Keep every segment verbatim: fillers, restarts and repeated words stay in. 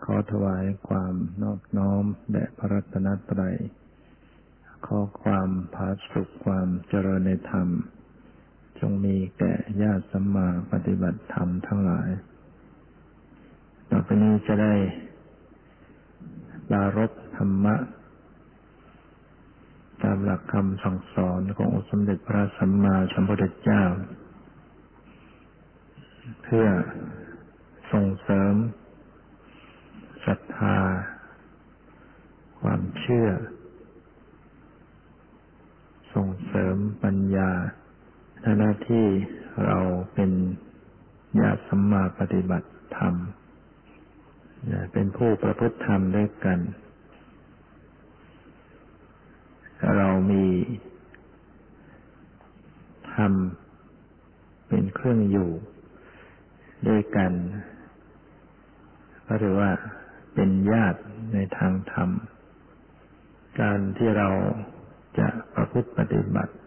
ขอถวายความนอบน้อมแด่พระรัตนตรัยขอความผาสุกความเจริญในธรรมจงมีแก่ญาติสัมมาปฏิบัติธรรมทั้งหลายต่อไปนี้จะได้ปรารภธรรมะตามหลักคำสั่งสอนขององค์สมเด็จพระสัมมาสัมพุทธเจ้าเพื่อส่งเสริมศรัทธาความเชื่อส่งเสริมปัญญาในหน้าที่เราเป็นญาติสัมมาปฏิบัติธรรมเป็นผู้ประพฤติธรรมด้วยกันเรามีธรรมเป็นเครื่องอยู่ด้วยกันก็ถือว่าเป็นญาติในทางธรรมการที่เราจะประพฤติปฏิบัติ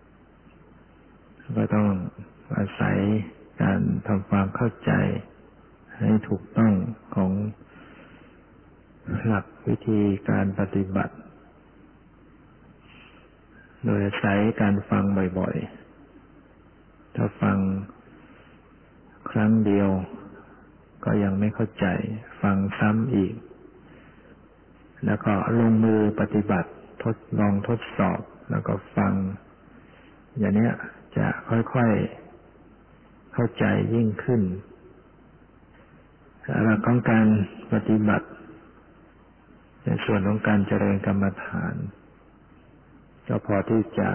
ก็ต้องอาศัยการทำความเข้าใจให้ถูกต้องของหลักวิธีการปฏิบัติโดยอาศัยการฟังบ่อยๆถ้าฟังครั้งเดียวก็ยังไม่เข้าใจฟังซ้ำอีกแล้วก็ลงมือปฏิบัติทดลองทดสอบแล้วก็ฟังอย่างนี้จะค่อยๆเข้าใจยิ่งขึ้นหลักของการปฏิบัติในส่วนของการเจริญกรรมฐานก็พอที่จะ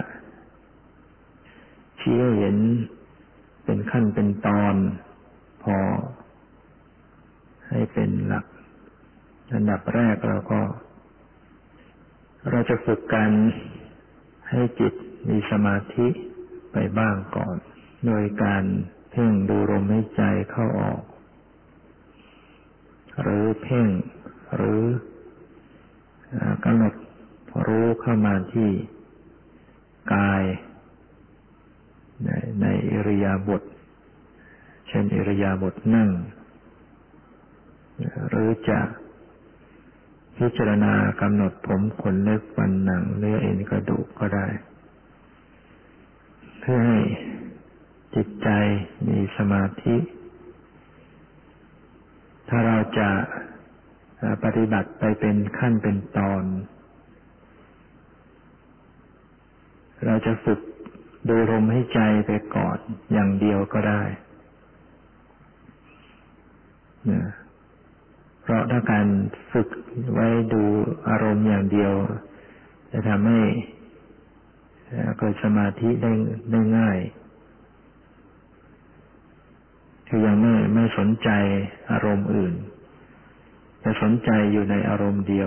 ชี้ให้เห็นเป็นขั้นเป็นตอนพอให้เป็นหลักอันดับแรกเราก็เราจะฝึกการให้จิตมีสมาธิไปบ้างก่อนโดยการเพ่งดูลมหายใจเข้าออกหรือเพ่งหรือกำหนดรู้เข้ามาที่กายในในอิริยาบถเช่นอิริยาบถนั่งหรือจะพิจารณากำหนดผมขนเล็บฟันหนังเนื้อเอ็นกระดูกก็ได้เพื่อให้จิตใจมีสมาธิถ้าเราจะปฏิบัติไปเป็นขั้นเป็นตอนเราจะฝึกดูลมหายใจไปก่อนอย่างเดียวก็ได้นะเพราะถ้าการฝึกไว้ดูอารมณ์อย่างเดียวจะทำให้เกิดสมาธิได้ได้ง่ายคือยังไม่ไม่สนใจอารมณ์อื่นจะสนใจอยู่ในอารมณ์เดียว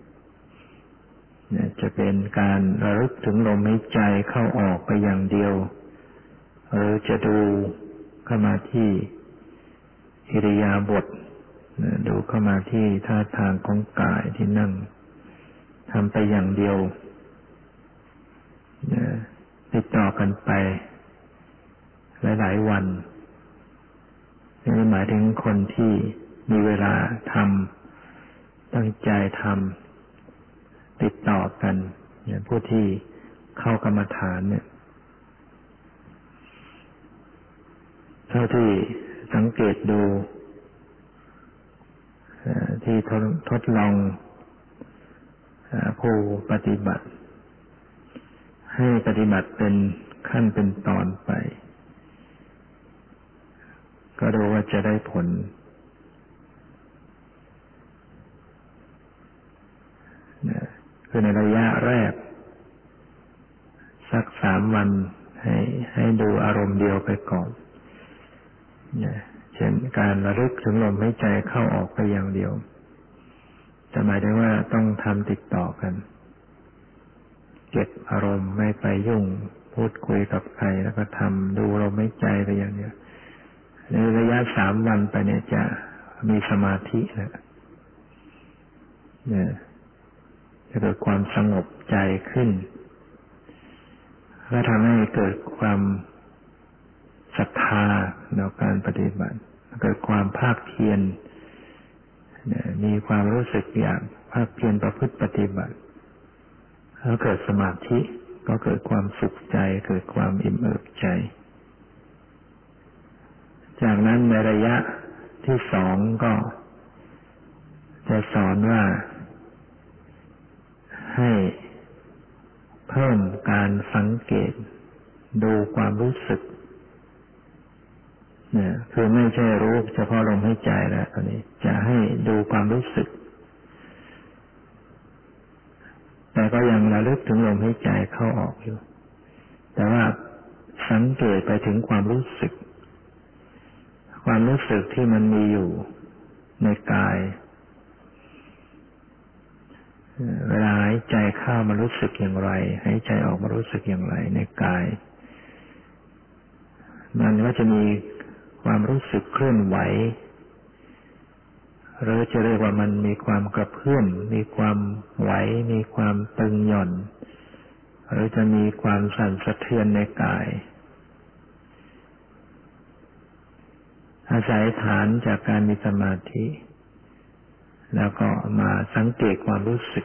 จะเป็นการระลึกถึงลมหายใจเข้าออกไปอย่างเดียวหรือจะดูเข้ามาที่อิริยาบถดูเข้ามาที่ท่าทางของกายที่นั่งทำไปอย่างเดียวติดต่อกันไปหลายๆวันนี่หมายถึงคนที่มีเวลาทำตั้งใจทำติดต่อกันอย่างผู้ที่เข้ากรรมฐานเนี่ยเท่าที่สังเกตดูที่ทดลองผู้ปฏิบัติให้ปฏิบัติเป็นขั้นเป็นตอนไปก็ดูว่าจะได้ผลคือในระยะแรกสักสามวันให้ให้ดูอารมณ์เดียวไปก่อนเช่นการระลึกถึงลมหายใจเข้าออกไปอย่างเดียวจะหมายถึงว่าต้องทำติดต่อกันเก็บอารมณ์ไม่ไปยุ่งพูดคุยกับใครแล้วก็ทำดูลมหายใจไปอย่างเดียวในระยะสามวันไปเนี่ยจะมีสมาธิแล้วเนี่ยจะเกิดความสงบใจขึ้นและทำให้เกิดความศรัทธาในการปฏิบัติเกิดความภาคเพียรมีความรู้สึกอยากภาคเพียรประพฤติปฏิบัติแล้วเกิดสมาธิก็เกิดความสุขใจเกิดความอิ่มเอิบใจจากนั้นในระยะที่สองก็จะสอนว่าให้เพิ่มการสังเกตดูความรู้สึกเนี่ยคือไม่ใช่รู้เฉพาะลมหายใจแล้วตอนนี้จะให้ดูความรู้สึกแต่ก็ยังระลึกถึงลมหายใจเข้าออกอยู่แต่ว่าสังเกตไปถึงความรู้สึกความรู้สึกที่มันมีอยู่ในกายเวลาหายใจเข้ามารู้สึกอย่างไรหายใจออกมารู้สึกอย่างไรในกายมันก็จะมีความรู้สึกเคลื่อนไหวหรือจะเรียกว่ามันมีความกระเพื่อมมีความไหวมีความตึงหย่อนหรือจะมีความสั่นสะเทือนในกายอาศัยฐานจากการมีสมาธิแล้วก็มาสังเกตความรู้สึก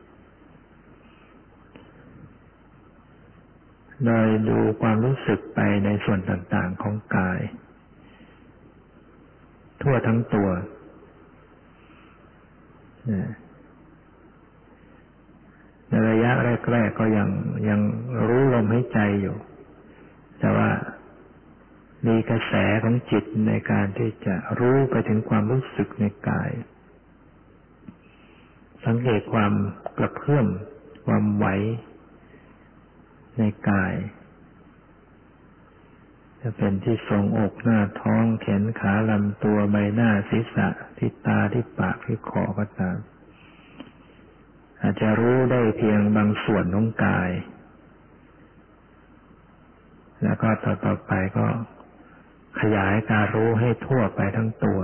โดยดูความรู้สึกไปในส่วนต่างๆของกายทั่วทั้งตัวในระยะแรกๆก็ยังยังรู้ลมหายใจอยู่แต่ว่ามีกระแสของจิตในการที่จะรู้ไปถึงความรู้สึกในกายสังเกตความกระเพื่อมความไหวในกายจะเป็นที่ทรงอกหน้าท้องแขนขาลำตัวใบหน้าศีรษะที่ตาที่ปากที่คอก็ตามอาจจะรู้ได้เพียงบางส่วนของกายแล้วก็ต่อต่อไปก็ขยายการรู้ให้ทั่วไปทั้งตัว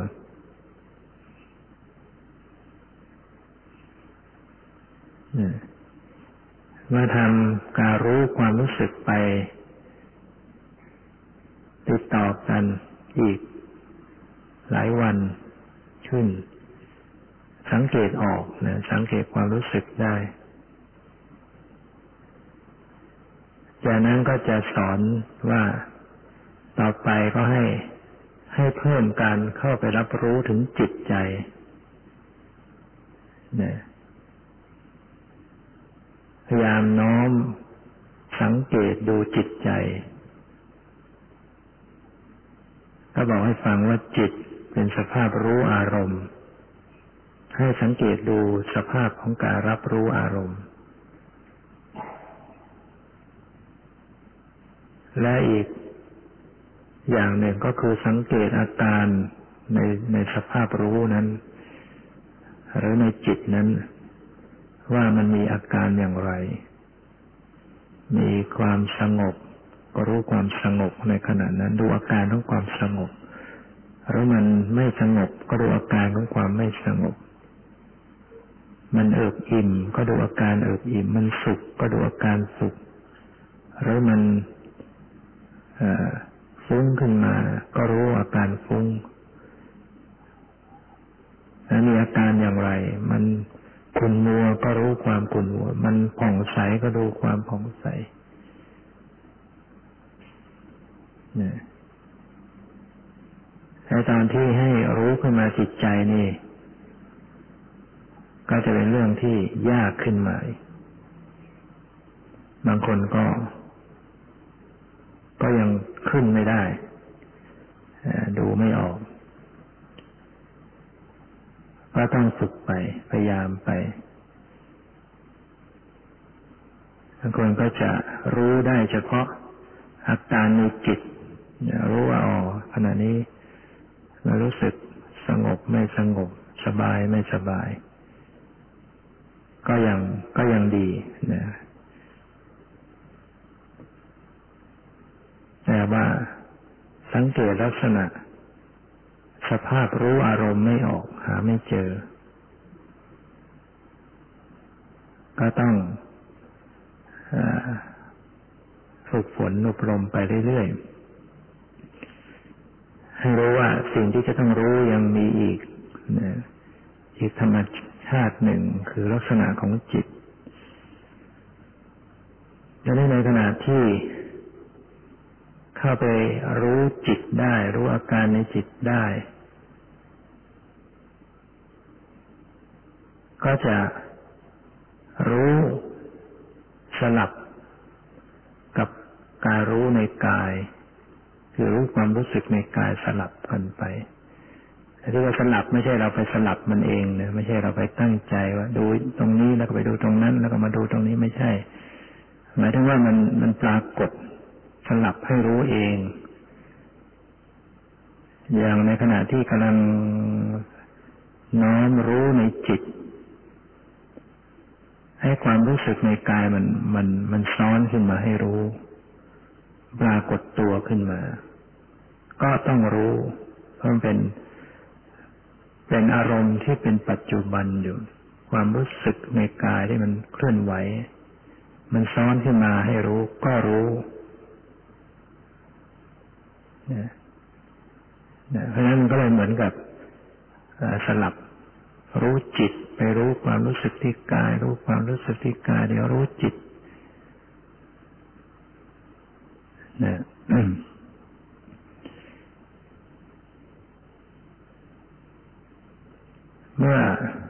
เมื่อทำการรู้ความรู้สึกไปติดต่อกันอีกหลายวันขึ้นสังเกตออกนะสังเกตความรู้สึกได้จากนั้นก็จะสอนว่าต่อไปก็ให้ให้เพิ่มการเข้าไปรับรู้ถึงจิตใจนะพยายามน้อมสังเกตดูจิตใจก็บอกให้ฟังว่าจิตเป็นสภาพรู้อารมณ์ให้สังเกตดูสภาพของการรับรู้อารมณ์และอีกอย่างหนึ่งก็คือสังเกตอาการในในสภาพรู้นั้นหรือในจิตนั้นว่ามันมีอาการอย่างไรมีความสงบก็รู้ความสงบในขณะนั้นดูอาการของความสงบหรือมันไม่สงบก็ดูอาการของความไม่สงบมันเอิบอิ่มก็ดูอาการเอิบอิ่มมันสุขก็ดูอาการสุขหรือมันฟุ้งขึ้นมาก็รู้อาการฟุ้งแล้วมีอาการอย่างไรมันขุ่นมัวก็รู้ความขุ่นมัวมันผ่องใสก็ดูความผ่องใสเนี่ยแต่ตอนที่ให้รู้ขึ้นมาจิตใจนี่ก็จะเป็นเรื่องที่ยากขึ้นมาบางคนก็ก็ยังขึ้นไม่ได้ดูไม่ออกก็ต้องฝึกไปพยายามไปบางคนก็จะรู้ได้เฉพาะอาการในจิตรู้ว่าอ๋อขณะนี้มันรู้สึกสงบไม่สงบสบายไม่สบายก็ยังก็ยังดีนะแต่ว่าสังเกตลักษณะสภาพรู้อารมณ์ไม่ออกหาไม่เจอก็ต้องฝึกฝนอบรมไปเรื่อยๆให้รู้ว่าสิ่งที่จะต้องรู้ยังมีอีกนะอีกธรรมชาติหนึ่งคือลักษณะของจิตและในขณะที่เข้าไปรู้จิตได้รู้อาการในจิตได้ก็จะรู้สลับกับการรู้ในกายคือรู้ความรู้สึกในกายสลับกันไปที่ว่าสลับไม่ใช่เราไปสลับมันเองนะไม่ใช่เราไปตั้งใจว่าดูตรงนี้แล้วก็ไปดูตรงนั้นแล้วก็มาดูตรงนี้ไม่ใช่หมายถึงว่ามันมันปรากฏสลับให้รู้เองอย่างในขณะที่กำลังน้อมรู้ในจิตให้ความรู้สึกในกายมันมันมันซ้อนขึ้นมาให้รู้ปรากฏตัวขึ้นมาก็ต้องรู้เพราะมันเป็นเป็นอารมณ์ที่เป็นปัจจุบันอยู่ความรู้สึกในกายที่มันเคลื่อนไหวมันซ้อนขึ้นมาให้รู้ก็รู้นะนะเพราะฉะนั้นมันก็เลยเหมือนกับสลับรู้จิตไปรู้ความรู้สึกที่กายรู้ความรู้สึกที่กายเดี๋ยวรู้จิตนะเมื่อ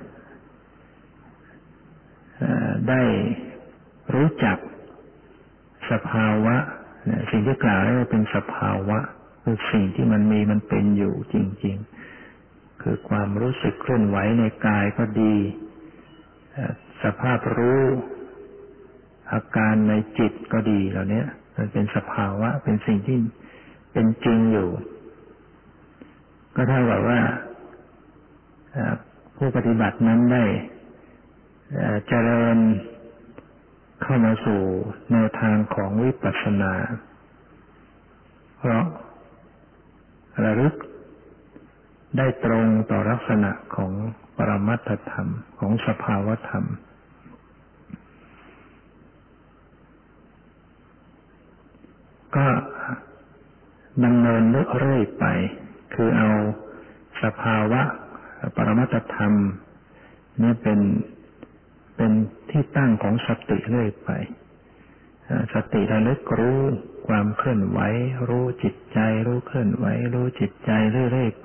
ได้รู้จักสภาวะสิ่งที่กล่าวได้ว่าเป็นสภาวะคือสิ่งที่มันมีมันเป็นอยู่จริงๆคือความรู้สึกเคลื่อนไหวในกายก็ดีสภาพรู้อาการในจิตก็ดีเหล่านี้มันเป็นสภาวะเป็นสิ่งที่เป็นจริงอยู่ก็เท่ากับว่าผู้ปฏิบัตินั้นได้เจริญเข้ามาสู่แนวทางของวิปัสสนาเพราะระลึกได้ตรงต่อลักษณะของปรมัตถธรรมของสภาวธรรมก็ดำเนินเรื่อยไปคือเอาสภาวะปรมัตถธรรมนี่เป็นเป็นที่ตั้งของสติเรื่อยไปสติระลึกรู้ความเคลื่อนไหวรู้จิตใจรู้เคลื่อนไหวรู้จิตใจเรื่อยๆไป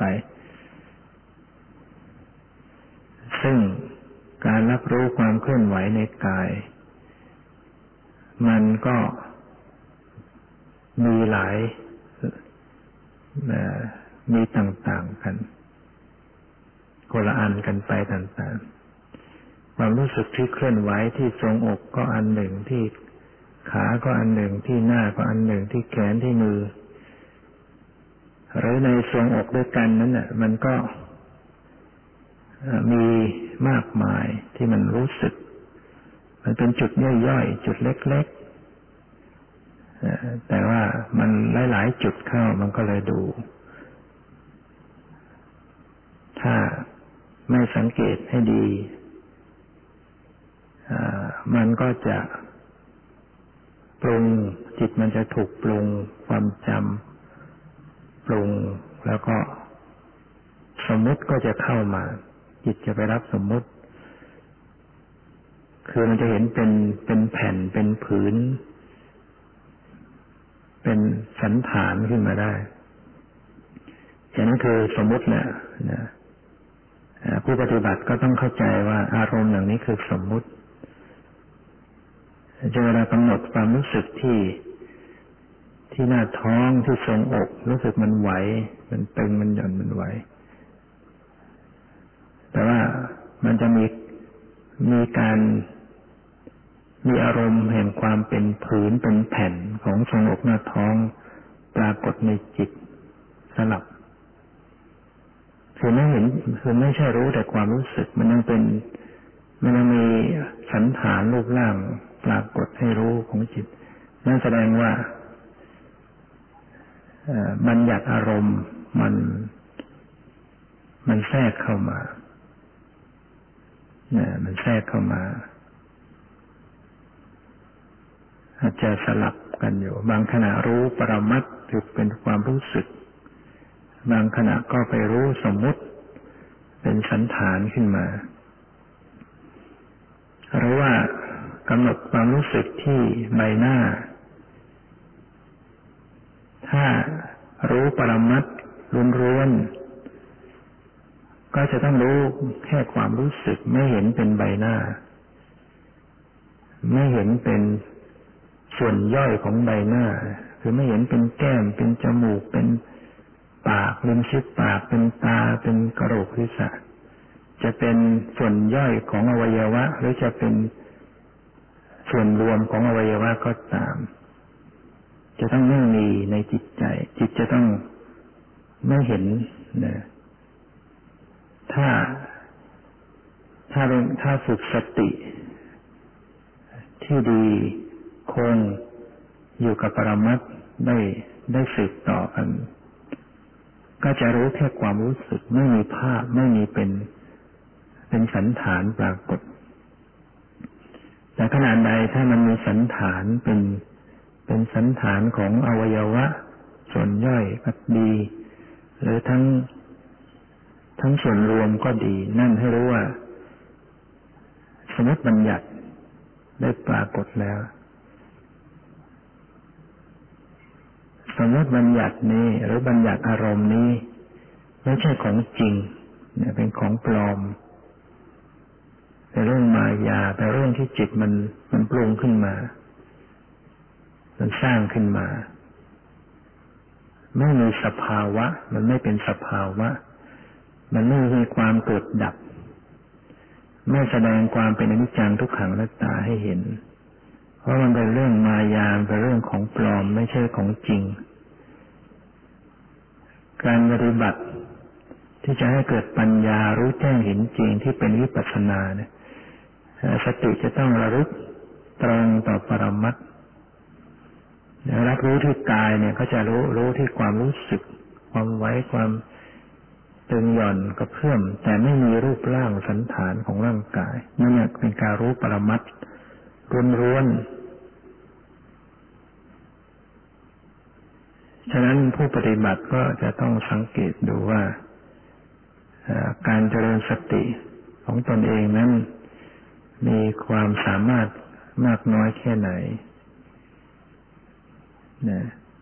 ซึ่งการรับรู้ความเคลื่อนไหวในกายมันก็มีหลายมีต่างๆกันคนละอันกันไปต่างๆความรู้สึกที่เคลื่อนไหวที่ทรวงอกก็อันหนึ่งที่ขาก็อันหนึ่งที่หน้าก็อันหนึ่งที่แขนที่มือหรือในทรวงอกด้วยกันนั้นน่ะมันก็มีมากมายที่มันรู้สึกมันเป็นจุดย่อยๆจุดเล็กๆแต่ว่ามันหลายๆจุดเข้ามันก็เลยดูถ้าไม่สังเกตให้ดีมันก็จะปรุงจิตมันจะถูกปรุงความจำปรุงแล้วก็สมมุติก็จะเข้ามาจิตจะไปรับสมมุติคือมันจะเห็นเป็นเป็นแผ่นเป็นผืนเป็นสันฐานขึ้นมาได้ฉะนั้นคือสมมุติแหละนะผู้ปฏิบัติก็ต้องเข้าใจว่าอารมณ์อย่างนี้คือสมมุติจะเวลากำหนดความรู้สึกที่ที่หน้าท้องที่ทรวงอกรู้สึกมันไหวมันตึงมันหย่อนมันไหวแต่ว่ามันจะมีมีการมีอารมณ์แห่งความเป็นผืนเป็นแผ่นของทรวงอกหน้าท้องปรากฏในจิตสลับคือไม่เห็นคือไม่ใช่รู้แต่ความรู้สึกมันยังเป็นมันยังมีสันฐานรูปร่างปรากฏให้รู้ของจิตนั่นแสดงว่าบัญญัติอารมณ์มันมันแทรกเข้ามาเนี่ยมันแทรกเข้ามาอาจจะสลับกันอยู่บางขณะรู้ปรมัตถ์คือเป็นความรู้สึกบางขณะก็ไปรู้สมมุติเป็นเป็นสันฐานขึ้นมาหรือว่ากำหนดความรู้สึกที่ใบหน้าถ้ารู้ปรมัตถ์ล้วนๆก็จะต้องรู้แค่ความรู้สึกไม่เห็นเป็นใบหน้าไม่เห็นเป็นส่วนย่อยของใบหน้าคือไม่เห็นเป็นแก้มเป็นจมูกเป็นปากริมชิดปากเป็นตาเป็นกระโหลกศีรษะจะเป็นส่วนย่อยของอวัยวะหรือจะเป็นส่วนรวมของอวัยวะก็ตามจะต้องไม่มีในจิตใจจิตจะต้องไม่เห็นนะถ้าถ้าเป็นถ้าฝึกสติที่ดีคงอยู่กับปรมัตถ์ได้ได้สืบต่อกันก็จะรู้แค่ความรู้สึกไม่มีภาพไม่มีเป็นเป็นสันฐานปรากฏแต่ขณะใดถ้ามันมีสันฐานเป็นเป็นสันฐานของอวัยวะส่วนย่อยก็ดีหรือทั้งทั้งส่วนรวมก็ดีนั่นให้รู้ว่าสมมติบัญญัติได้ปรากฏแล้วสมมติบัญญัตินี้หรือบัญญัติอารมณ์นี้ไม่ใช่ของจริงเนี่ยเป็นของปลอมเป็นเรื่องมายาเป็นเรื่องที่จิตมันมันปรุงขึ้นมามันสร้างขึ้นมาไม่มีสภาวะมันไม่เป็นสภาวะมันไม่มีความเกิดดับไม่แสดงความเป็นอนิจจังทุกขังอนัตตาให้เห็นเพราะมันเป็นเรื่องมายาเป็นเรื่องของปลอมไม่ใช่ของจริงการปฏิบัติที่จะให้เกิดปัญญารู้แจ้งเห็นจริงที่เป็นวิปัสสนาเนี่ยสติจะต้องระลึกตรงต่อปรมัตถ์รับรู้ที่กายเนี่ยก็จะรู้รู้ที่ความรู้สึกความไว้ความตึงหย่อนกระเพื่อมแต่ไม่มีรูปร่างสันฐานของร่างกายนั่นเนี่ยเป็นการรู้ปรมัตถ์ล้วนๆฉะนั้นผู้ปฏิบัติก็จะต้องสังเกตดูว่าการเจริญสติของตนเองนั้นมีความสามารถมากน้อยแค่ไหนนะ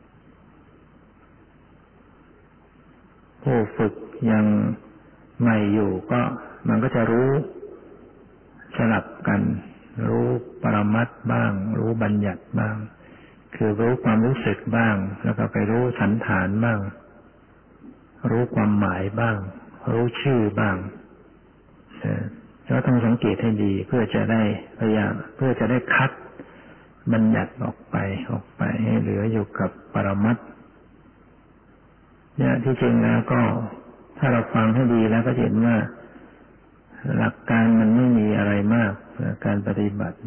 ผู้ฝึกยังใหม่อยู่ก็มันก็จะรู้สลับกันรู้ปรมัตถ์บ้างรู้บัญญัติบ้างคือรู้ความรู้สึกบ้างแล้วก็ไปรู้สันฐานบ้างรู้ความหมายบ้างรู้ชื่อบ้างก็ต้องสังเกตให้ดีเพื่อจะได้พยายามเพื่อจะได้คัดบัญญัติออกไปออกไปให้เหลืออยู่กับปรมัตถ์เนี่ยที่จริงแล้วก็ถ้าเราฟังให้ดีแล้วก็เห็นว่าหลักการมันไม่มีอะไรมากการปฏิบัติ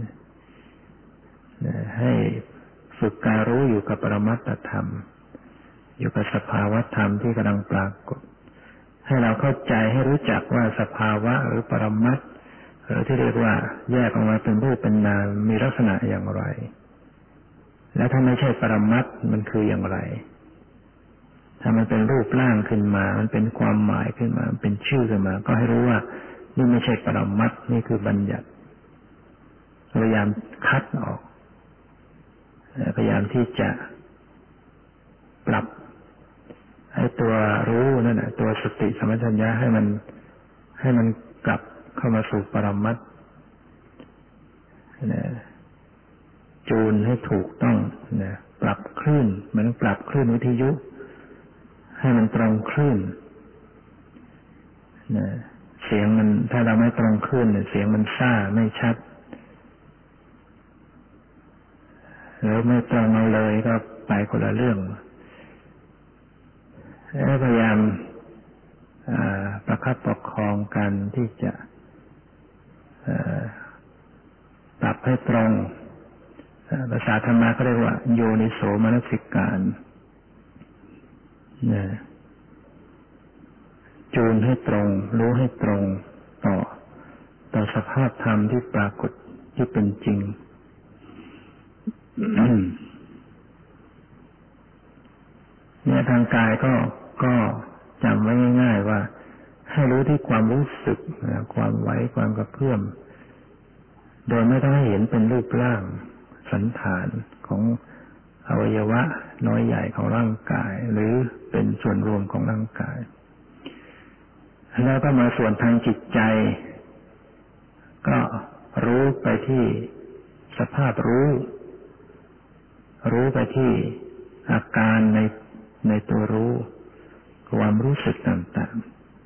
ให้ฝึกการรู้อยู่กับปรมัตถธรรมอยู่กับสภาวะธรรมที่กำลังปรากฏให้เราเข้าใจให้รู้จักว่าสภาวะหรือปรมัตถ์หรือที่เรียกว่าแยกออกมาเป็นรูปเป็นนามมีลักษณะอย่างไรและถ้าไม่ใช่ปรมัตถ์มันคืออย่างไรถ้ามันเป็นรูปร่างขึ้นมามันเป็นความหมายขึ้นมามันเป็นชื่อขึ้นมาก็ให้รู้ว่านี่ไม่ใช่ปรมัตถ์นี่คือบัญญัติพยายามคัดออกพยายามที่จะปรับให้ตัวรู้นั่นแหละตัวสติสัมปชัญญะให้มันให้มันกลับเข้ามาสู่ปรมัตถ์นะจูนให้ถูกต้องนะปรับคลื่นเหมือนปรับคลื่นวิทยุให้มันตรงคลื่นนะเสียงมันถ้าเราไม่ตรงคลื่นเนี่ยเสียงมันซ่าไม่ชัดหรือไม่ตรงเอาเลยก็ไปคนละเรื่องพยายามประคับประคองกันที่จะปรับให้ตรงภาษาธรรมะก็เรียกว่าโยนิโสมนสิการจูนให้ตรงรู้ให้ตรงต่อต่อสภาพธรรมที่ปรากฏที่เป็นจริงเนี่ยทางกายก็ก็จำไว้ง่ายๆว่าให้รู้ที่ความรู้สึกความไหวความกระเพื่อมโดยไม่ต้องให้เห็นเป็นรูปร่างสันฐานของอวัยวะน้อยใหญ่ของร่างกายหรือเป็นส่วนรวมของร่างกายแล้วก็มาส่วนทางจิตใจก็รู้ไปที่สภาพรู้รู้ไปที่อาการในในตัวรู้ความรู้สึกต่าง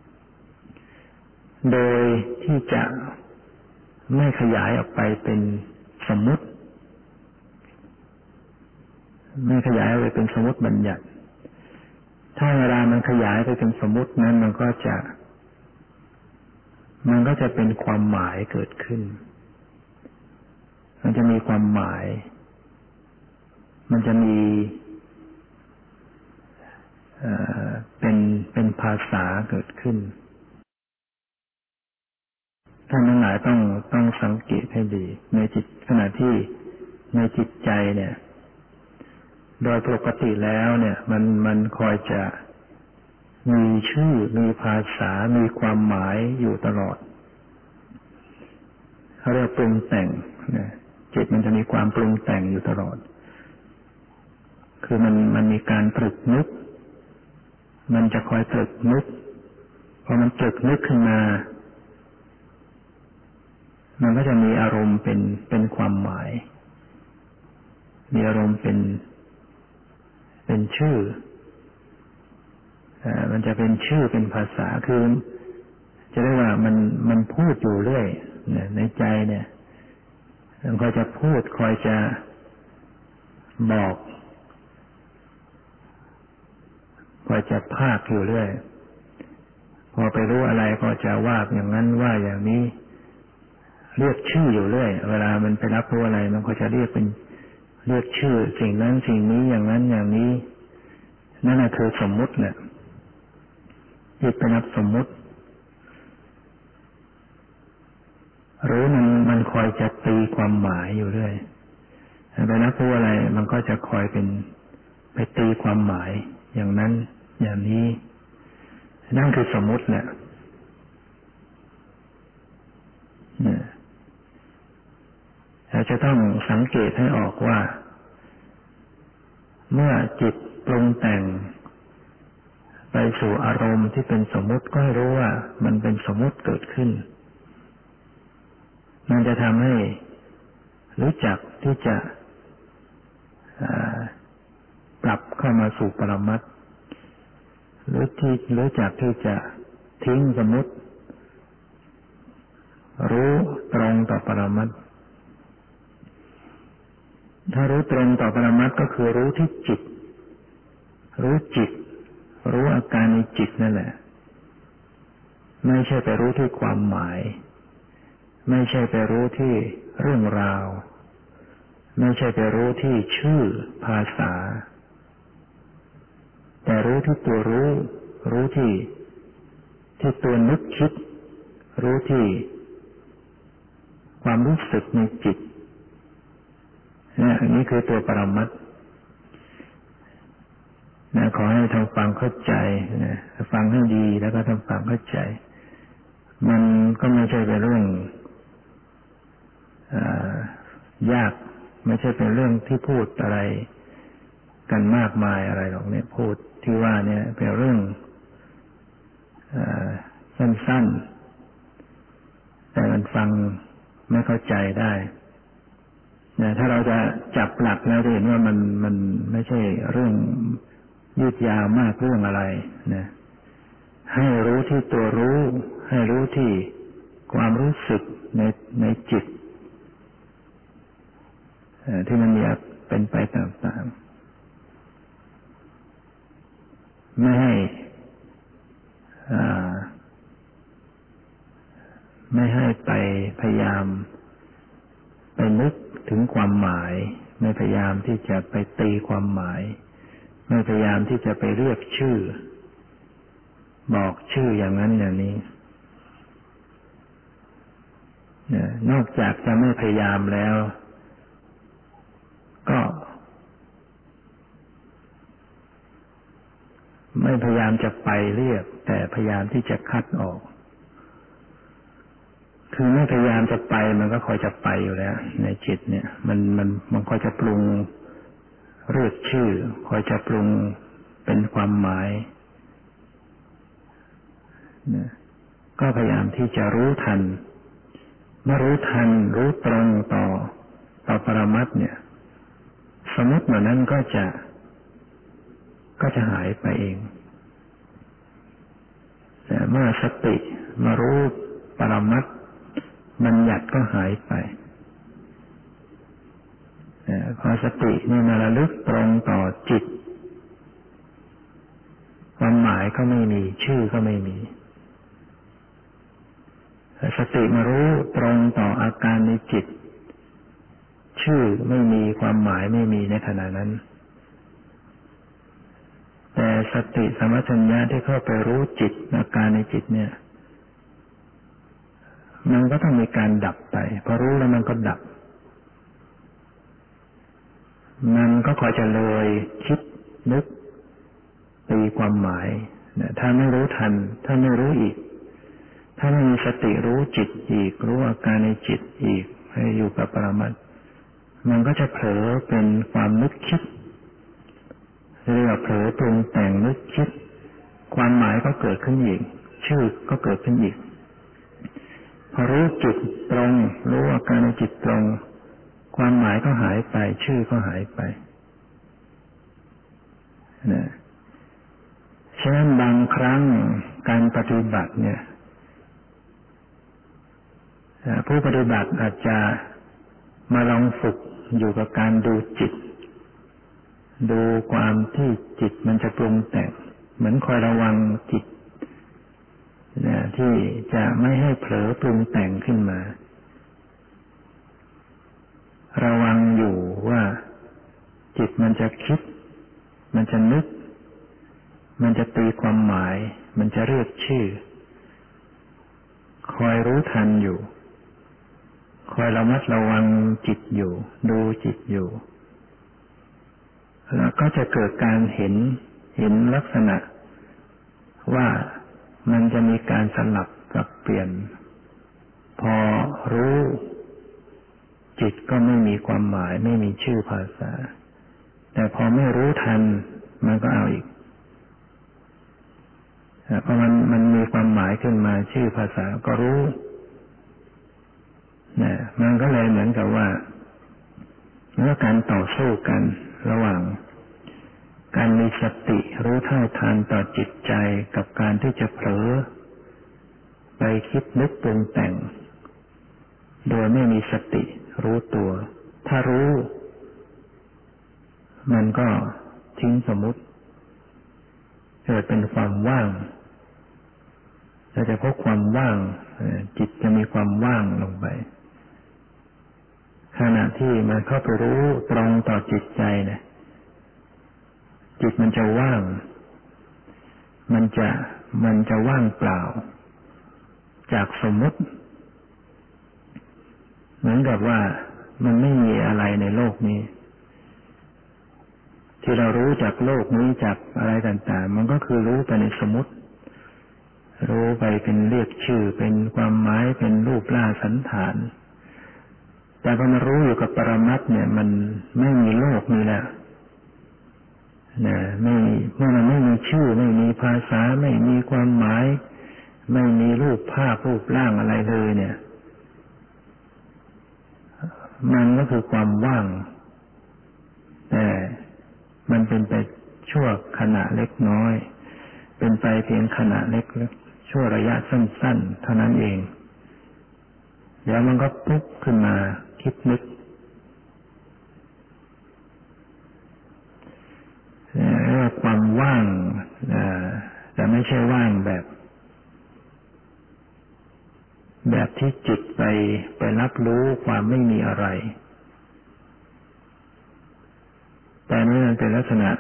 ๆโดยที่จะไม่ขยายออกไปเป็นสมมุติไม่ขยายออกไปเป็นสมมุติบัญญัติถ้าเวลามันขยายไปเป็นสมมุตินั้นมันก็จะมันก็จะเป็นความหมายเกิดขึ้นมันจะมีความหมายมันจะมีเอ่อเป็นเป็นภาษาเกิดขึ้นท่านทั้งหลายต้องต้องสังเกตให้ดีในจิตขณะที่ในจิตใจเนี่ยโดยปกติแล้วเนี่ยมันมันคอยจะมีชื่อมีภาษามีความหมายอยู่ตลอดเขาเรียกปรุงแต่งนะจิตมันจะมีความปรุงแต่งอยู่ตลอดคือมันมันมีการตรึกนึกมันจะคอยตรึกนึกพอมันตรึกนึกขึ้นมามันก็จะมีอารมณ์เป็นเป็นความหมายมีอารมณ์เป็นเป็นชื่ออ่ามันจะเป็นชื่อเป็นภาษาคือจะเรียกว่ามันมันพูดอยู่เรื่อยในใจเนี่ยมันคอยจะพูดคอยจะบอกคอยจะพากอยู่เรื่อยพอไปรู้อะไรก็จะว่าอย่างนั้นว่าอย่างนี้เรียกชื่ออยู่เรื่อยเวลามันไปรับรู้อะไรมันก็จะเรียกเป็นเรียกชื่อสิ่งนั้นสิ่งนี้อย่างนั้นอย่างนี้นั่นแหละคือสมมุติแหละจิตไปรับสมมุติรู้มันมันคอยจะตีความหมายอยู่เรื่อยไปรับรู้อะไรมันก็จะคอยเป็นไปตีความหมายอย่างนั้นอย่างนี้นั่นคือสมมุติแหละเนี่ยเราจะต้องสังเกตให้ออกว่าเมื่อจิตปรุงแต่งไปสู่อารมณ์ที่เป็นสมมุติก็ให้รู้ว่ามันเป็นสมมุติเกิดขึ้นมันจะทำให้รู้จักที่จะปรับเข้ามาสู่ปรมัตถ์หรือที่รู้จักที่จะทิ้งสมมุติรู้ตรงต่อปรมัตถ์ถ้ารู้ตรงต่อปรมัตถ์ก็คือรู้ที่จิตรู้จิตรู้อาการในจิตนั่นแหละไม่ใช่ไปรู้ที่ความหมายไม่ใช่ไปรู้ที่เรื่องราวไม่ใช่ไปรู้ที่ชื่อภาษาแต่รู้ที่ตัวรู้รู้ที่ที่ตัวนึกคิดรู้ที่ความรู้สึกในจิตเนี่ยอันนี้คือตัวปรมัตถ์นะขอให้ทำฟังเข้าใจนะฟังให้ดีแล้วก็ทำฟังเข้าใจมันก็ไม่ใช่เป็นเรื่องยากไม่ใช่เป็นเรื่องที่พูดอะไรกันมากมายอะไรหรอกเนี่ยพูดที่ว่าเนี่ยเป็นเรื่องสั้นๆแต่มันฟังไม่เข้าใจได้นะถ้าเราจะจับหลักแล้วจะเห็นว่ามันมันไม่ใช่เรื่องยืดยาวมากเรื่องอะไรนะให้รู้ที่ตัวรู้ให้รู้ที่ความรู้สึกในในจิตที่มันมีเป็นไปต่างๆไม่ให้ไม่ให้ไปพยายามไปนึกถึงความหมายไม่พยายามที่จะไปตีความหมายไม่พยายามที่จะไปเรียกชื่อบอกชื่ออย่างนั้นอย่างนี้นอกจากจะไม่พยายามแล้วก็ไม่ไม่พยายามจะไปเรียบแต่พยายามที่จะคัดออกคือไม่พยายามจะไปมันก็คอยจะไปอยู่แล้วในจิตเนี่ยมันมันมันคอยจะปรุงเรียกชื่อคอยจะปรุงเป็นความหมายนะก็พยายามที่จะรู้ทันเมื่อรู้ทันรู้ตรงต่อต่อปรมัตถ์เนี่ยสมมติเหล่านั้นก็จะก็จะหายไปเองแต่เมื่อสติมารู้ปรมัตถ์บัญญัติก็หายไปพอสตินี่มาระลึกตรงต่อจิตความหมายก็ไม่มีชื่อก็ไม่มีสติมารู้ตรงต่ออาการในจิตชื่อไม่มีความหมายไม่มีในขณะนั้นแต่สติสัมปชัญญะที่เข้าไปรู้จิตอาการในจิตเนี่ยมันก็ต้องมีการดับไปพอรู้แล้วมันก็ดับมันก็คอยจะเลยคิดนึกตีความหมายถ้าไม่รู้ทันถ้าไม่รู้อีกถ้าไม่มีสติรู้จิตอีกรู้อาการในจิตอีกให้อยู่กับปรมัตถ์มันก็จะเผลอเป็นความนึกคิดเรียกว่าเผลอปรุงแต่งนึกคิดความหมายก็เกิดขึ้นอีกชื่อก็เกิดขึ้นอีกพอรู้จิตตรงรู้อาการในจิตตรงความหมายก็หายไปชื่อก็หายไปนะฉะนั้นบางครั้งการปฏิบัติเนี่ยผู้ปฏิบัติอาจจะมาลองฝึกอยู่กับการดูจิตดูความที่จิตมันจะปรุงแต่งเหมือนคอยระวังจิตนะที่จะไม่ให้เผลอปรุงแต่งขึ้นมาระวังอยู่ว่าจิตมันจะคิดมันจะนึกมันจะตีความหมายมันจะเรียกชื่อคอยรู้ทันอยู่คอยระมัดระวังจิตอยู่ดูจิตอยู่แล้วก็จะเกิดการเห็นเห็นลักษณะว่ามันจะมีการสลับกับเปลี่ยนพอรู้จิตก็ไม่มีความหมายไม่มีชื่อภาษาแต่พอไม่รู้ทันมันก็เอาอีกเพราะมันมันมีความหมายขึ้นมาชื่อภาษาก็รู้เนี่ยมันก็เลยเหมือนกับว่าเมื่อการต่อสู้กันระหว่างการมีสติรู้เท่าทันต่อจิตใจกับการที่จะเผลอไปคิดนึกปรุงแต่งโดยไม่มีสติรู้ตัวถ้ารู้มันก็ทิ้งสมมุติเกิดเป็นความว่างเราจะพบความว่างจิตจะมีความว่างลงไปขณะที่มันเข้าไปรู้ตรงต่อจิตใจนะจิตมันจะว่างมันจะมันจะว่างเปล่าจากสมมุติเหมือนกับว่ามันไม่มีอะไรในโลกนี้ที่เรารู้จากโลกนี้จากอะไรต่างๆมันก็คือรู้ไปในสมมุติรู้ไปเป็นเรียกชื่อเป็นความหมายเป็นรูปร่างสันฐานแต่พอมารู้อยู่กับปรมัตถ์เนี่ยมันไม่มีโลกนี้แล้วนะไม่เมื่อมันไม่มีชื่อไม่มีภาษาไม่มีความหมายไม่มีรูปภาพรูปร่างอะไรเลยเนี่ยมันก็คือความว่างแต่มันเป็นไปชั่วขณะเล็กน้อยเป็นไปเพียงขณะเล็กชั่วระยะสั้นๆเท่านั้นเองเดี๋ยวมันก็ปุ๊บขึ้นมาคิดนึกเรียกความว่างแต่ไม่ใช่ว่างแบบแบบที่จิตไปไปรับรู้ความไม่มีอะไรแต่นี่มันเป็นลักษณะ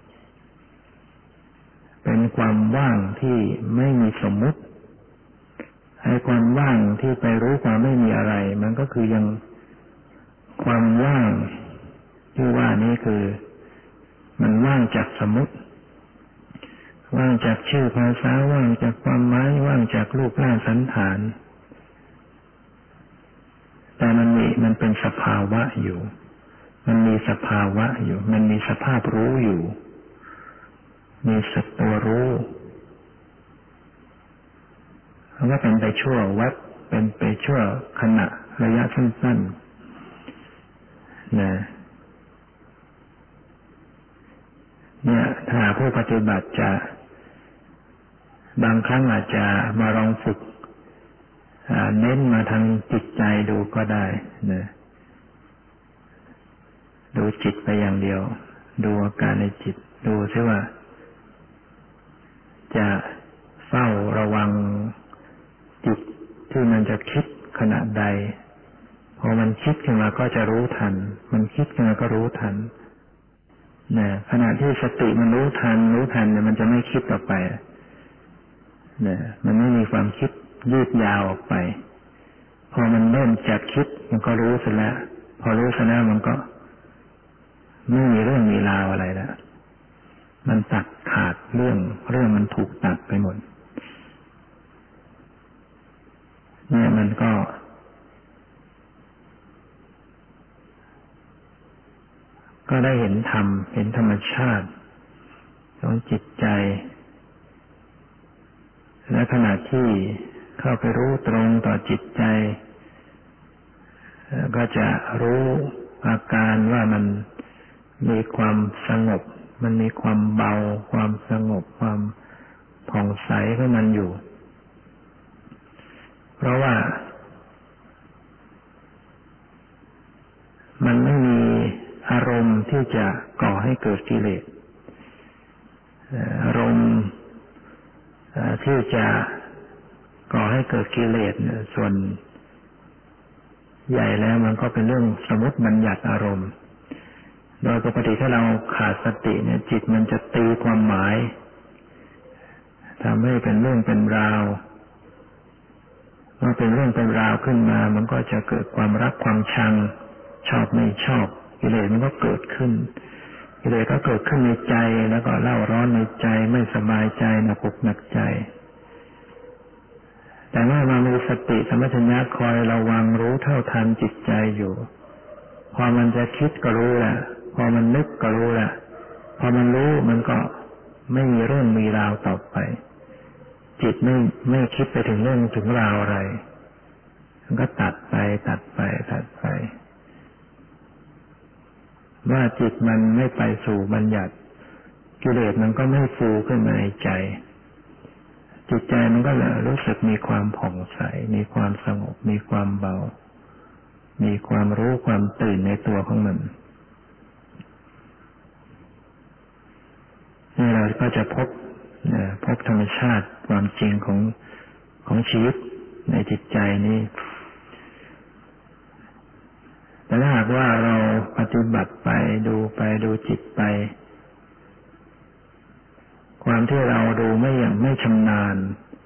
เป็นความว่างที่ไม่มีสมมุติไอ้ความว่างที่ไปรู้ความไม่มีอะไรมันก็คือยังความว่างที่ว่านี้คือมันว่างจากสมมุติว่างจากชื่อภาษาว่างจากความหมายว่างจากรูปร่างสันฐานแต่มันมีมันเป็นสภาวะอยู่มันมีสภาวะอยู่มันมีสภาพรู้อยู่มีสัตตัวรู้มันก็เป็นไปชั่ววัดเป็นไปชั่วขณะระยะสั้นๆนะเนี่ยถ้าผู้ปฏิบัติจะบางครั้งอาจจะมาลองฝึกเน้นมาทางจิตใจดูก็ได้นะดูจิตไปอย่างเดียวดูอาการในจิตดูซิว่าจะเฝ้าระวังจิตที่มันจะคิดขณะใดพอมันคิดขึ้นมาก็จะรู้ทันมันคิดขึ้นมาก็รู้ทันนะขณะที่สติมันรู้ทันรู้ทันเนี่ยมันจะไม่คิดต่อไปนะมันไม่มีความคิดยืดยาวออกไปพอมันเริ่มจากคิดมันก็รู้เสร็จแล้วพอรู้เสร็จแล้วมันก็ไม่มีเรื่องมีราวอะไรแล้วมันตัดขาดเรื่องเรื่องมันถูกตัดไปหมดเนี่ยมันก็ก็ได้เห็นธรรมเห็นธรรมชาติของจิตใจและขณะที่เข้าไปรู้ตรงต่อจิตใจก็จะรู้อาการว่ามันมีความสงบมันมีความเบาความสงบความผ่องใสของมันอยู่เพราะว่ามันไม่มีอารมณ์ที่จะก่อให้เกิดกิเลสอารมณ์ที่จะก่อให้เกิดกิเลสส่วนใหญ่แล้วมันก็เป็นเรื่องสมมติบัญญัติอารมณ์โดยปกติถ้าเราขาดสติเนี่ยจิตมันจะตีความหมายทำให้เป็นเรื่องเป็นราวเมื่อเป็นเรื่องเป็นราวขึ้นมามันก็จะเกิดความรักความชังชอบไม่ชอบกิเลสมันก็เกิดขึ้นกิเลสก็เกิดขึ้นในใจแล้วก็เล่าร้อนในใจไม่สบายใจหนักอกหนักใจแต่เมื่อมามีสติสัมปชัญญะคอยระวังรู้เท่าทันจิตใจอยู่พอมันจะคิดก็รู้แหละพอมันนึกก็รู้แหละพอมันรู้มันก็ไม่มีเรื่องมีราวต่อไปจิตไม่ไม่คิดไปถึงเรื่องถึงราวอะไรมันก็ตัดไปตัดไปตัดไปว่าจิตมันไม่ไปสู่บัญญัติกิเลสมันก็ไม่ฟูขึ้นมาในใจจิตใจมันก็เลยรู้สึกมีความผ่องใสมีความสงบมีความเบามีความรู้ความตื่นในตัวของมันนี่เราก็จะพบพบธรรมชาติความจริงของของชีวิตในจิตใจนี้แต่ถ้าหากว่าเราปฏิบัติไปดูไปดูจิตไปความที่เราดูไม่อย่างไม่ชำนาญ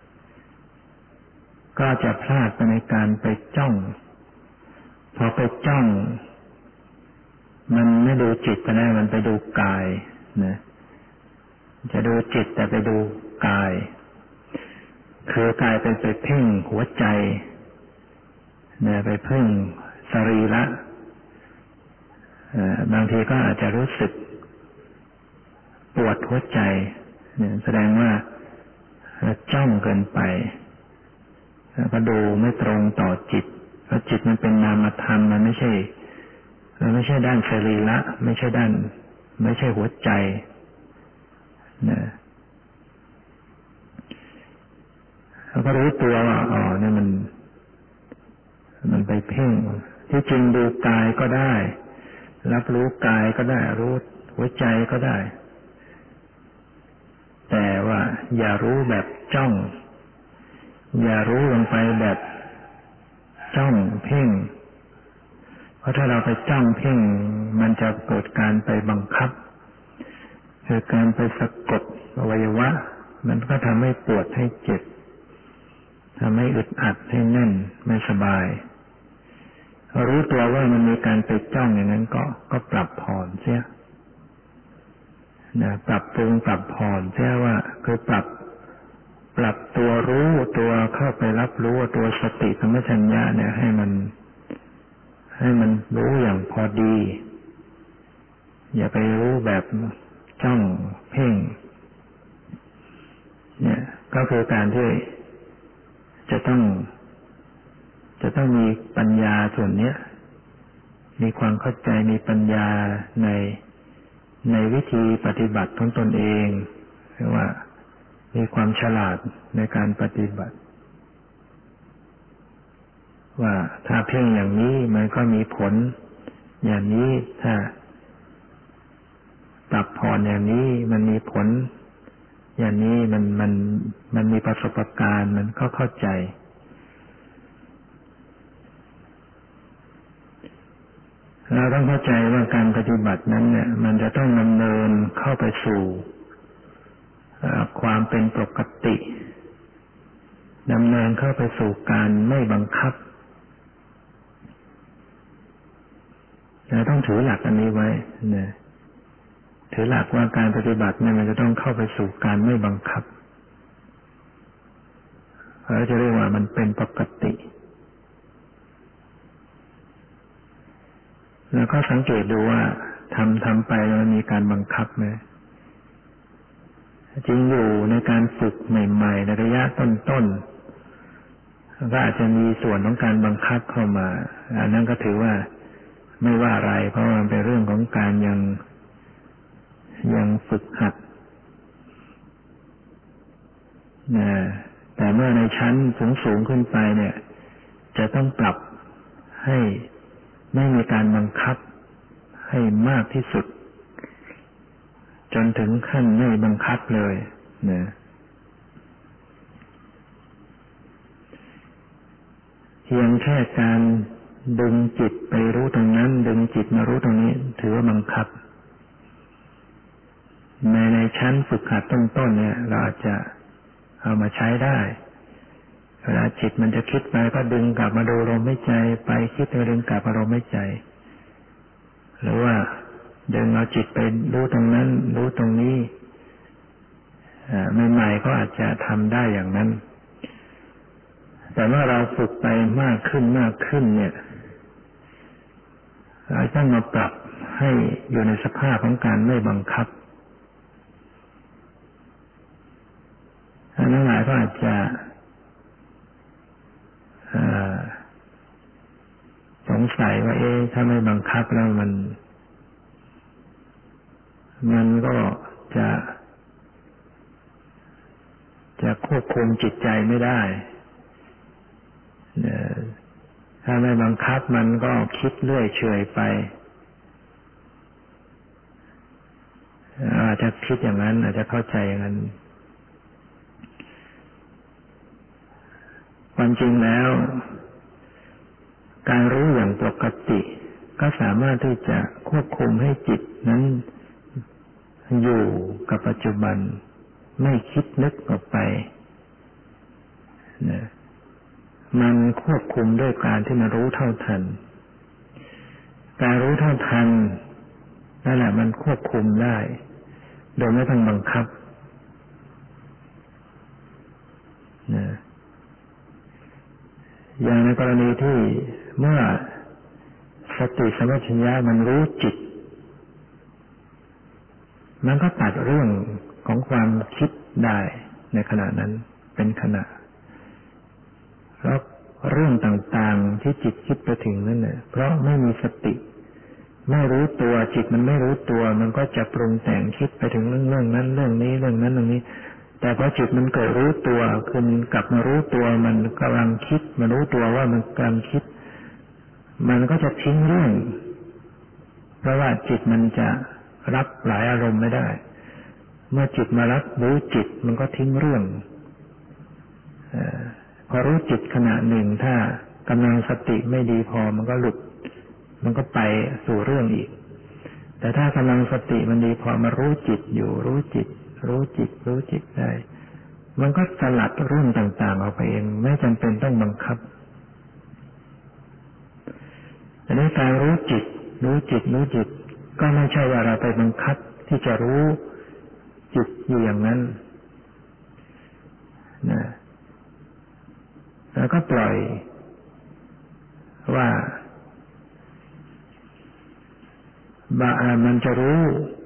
ก็จะพลาดไปในการไปจ้องพอไปจ้องมันไม่ดูจิตไปแล้วมันไปดูกายนะจะดูจิตแต่ไปดูกายคือกายเป็นไปเพ่งหัวใจเนี่ยไปเพ่งสรีระบางทีก็อาจจะรู้สึกปวดหัวใจเนี่ยแสดงว่าจ้องเกินไปแล้วก็ดูไม่ตรงต่อจิตเพราะจิตมันเป็นนามธรรมมันไม่ใช่มันไม่ใช่ด้านสรีระไม่ใช่ด้านไม่ใช่หัวใจนะแล้วก็รู้ตัวว่าอ๋อเนี่ยมันมันไปเพ่งที่จริงดูกายก็ได้รับรู้กายก็ได้รู้หัวใจก็ได้แต่ว่าอย่ารู้แบบจ้องอย่ารู้ลงไปแบบจ้องเพ่งเพราะถ้าเราไปจ้องเพ่งมันจะเกิดการไปบังคับคือการไปสะกดอวัยวะมันก็ทำให้ปวดให้เจ็บทำให้อึดอัดให้แน่นไม่สบายรู้ตัวว่ามันมีการไปจ้องอย่างนั้นก็ก็ปรับผ่อนเสียนะปรับปรุงปรับผ่อนใช่ว่าคือปรับปรับตัวรู้ตัวเข้าไปรับรู้ตัวสติสัมปชัญญะเนี่ยให้มันให้มันรู้อย่างพอดีอย่าไปรู้แบบจ้องเพ่งเนี่ยก็คือการที่จะต้องจะต้องมีปัญญาส่วนเนี้ยมีความเข้าใจมีปัญญาในในวิธีปฏิบัติของตนเองเรียกว่ามีความฉลาดในการปฏิบัติว่าถ้าเพ่งอย่างนี้มันก็มีผลอย่างนี้ถ้าปรับผ่อนอย่างนี้มันมีผลอย่างนี้มันมันมันมีประสบการณ์มันก็เข้าใจเราต้องเข้าใจว่าการปฏิบัตินั้นเนี่ยมันจะต้องดำเนินเข้าไปสู่ความเป็นปกติดำเนินเข้าไปสู่การไม่บังคับเราต้องถือหลักอันนี้ไว้นะถือหลักว่าการปฏิบัติเนี่ยมันจะต้องเข้าไปสู่การไม่บังคับเราจะเรียกว่ามันเป็นปกติแล้วก็สังเกตดูว่าทำทำไปมันมีการบังคับไหมจริงอยู่ในการฝึกใหม่ๆในระยะต้นๆก็อาจจะมีส่วนของการบังคับเข้ามาอันนั้นก็ถือว่าไม่ว่าอะไรเพราะมันเป็นเรื่องของการยังยังฝึกหัดนะแต่เมื่อในชั้นสูงๆขึ้นไปเนี่ยจะต้องปรับให้ไม่มีการบังคับให้มากที่สุดจนถึงขั้นไม่บังคับเลยนะเพียงแค่การดึงจิตไปรู้ตรงนั้นดึงจิตมารู้ตรงนี้ถือว่าบังคับในในชั้นฝึกหัดต้นๆเนี่ยเราอาจจะเอามาใช้ได้เวลาจิตมันจะคิดไปก็ดึงกลับมาดูลมหายใจไปคิดไปดึงกลับมาลมหายใจหรือว่าดึงเอาจิตไปรู้ตรงนั้นรู้ตรงนี้ใหม่ๆก็อาจจะทำได้อย่างนั้นแต่เมื่อเราฝึกไปมากขึ้นมากขึ้นเนี่ยเราต้องมาปรับให้อยู่ในสภาพของการไม่บังคับทั้งหลายก็อาจจะสงสัยว่าเอ๊ะถ้าไม่บังคับแล้วมันมันก็จะจะควบคุมจิตใจไม่ได้ถ้าไม่บังคับมันก็คิดเรื่อยเฉยไปอาจจะคิดอย่างนั้นอาจจะเข้าใจอย่างนั้นความจริงแล้วการรู้อย่างปกติก็สามารถที่จะควบคุมให้จิตนั้นอยู่กับปัจจุบันไม่คิดนึกออกไปนะมันควบคุมด้วยการที่มันรู้เท่าทันการรู้เท่าทันนั่นแหละมันควบคุมได้โดยไม่ต้องบังคับนะอย่างในกรณีที่เมื่อสติสัมปชัญญะมันรู้จิตมันก็ตัดเรื่องของความคิดได้ในขณะนั้นเป็นขณะแล้วเรื่องต่างๆที่จิตคิดไปถึงนั่นน่ะเพราะไม่มีสติไม่รู้ตัวจิตมันไม่รู้ตัวมันก็จะปรุงแต่งคิดไปถึงเรื่องเรื่องนั้นเรื่องนี้เรื่องนั้นเรื่องนี้แต่พอจิตมันเกิดรู้ตัวคือมันกลับมารู้ตัวมันกำลังคิดมารู้ตัวว่ามันกำลังคิดมันก็จะทิ้งเรื่องเพราะว่าจิตมันจะรับหลายอารมณ์ไม่ได้เมื่อจิตมารับรู้จิตมันก็ทิ้งเรื่องพอรู้จิตขณะหนึ่งถ้ากำลังสติไม่ดีพอมันก็หลุดมันก็ไปสู่เรื่องอีกแต่ถ้ากำลังสติมันดีพอมารู้จิตอยู่รู้จิตรู้จิตรู้จิตได้มันก็สลัดเรื่องต่างๆออกไปเองไม่จำเป็นต้องบังคับแต่ในการรู้จิตรู้จิตรู้จิตก็ไม่ใช่ว่าเราไปบังคับที่จะรู้จิตอยู่อย่างนั้นนะแล้วก็ปล่อยว่าบามันจะรู้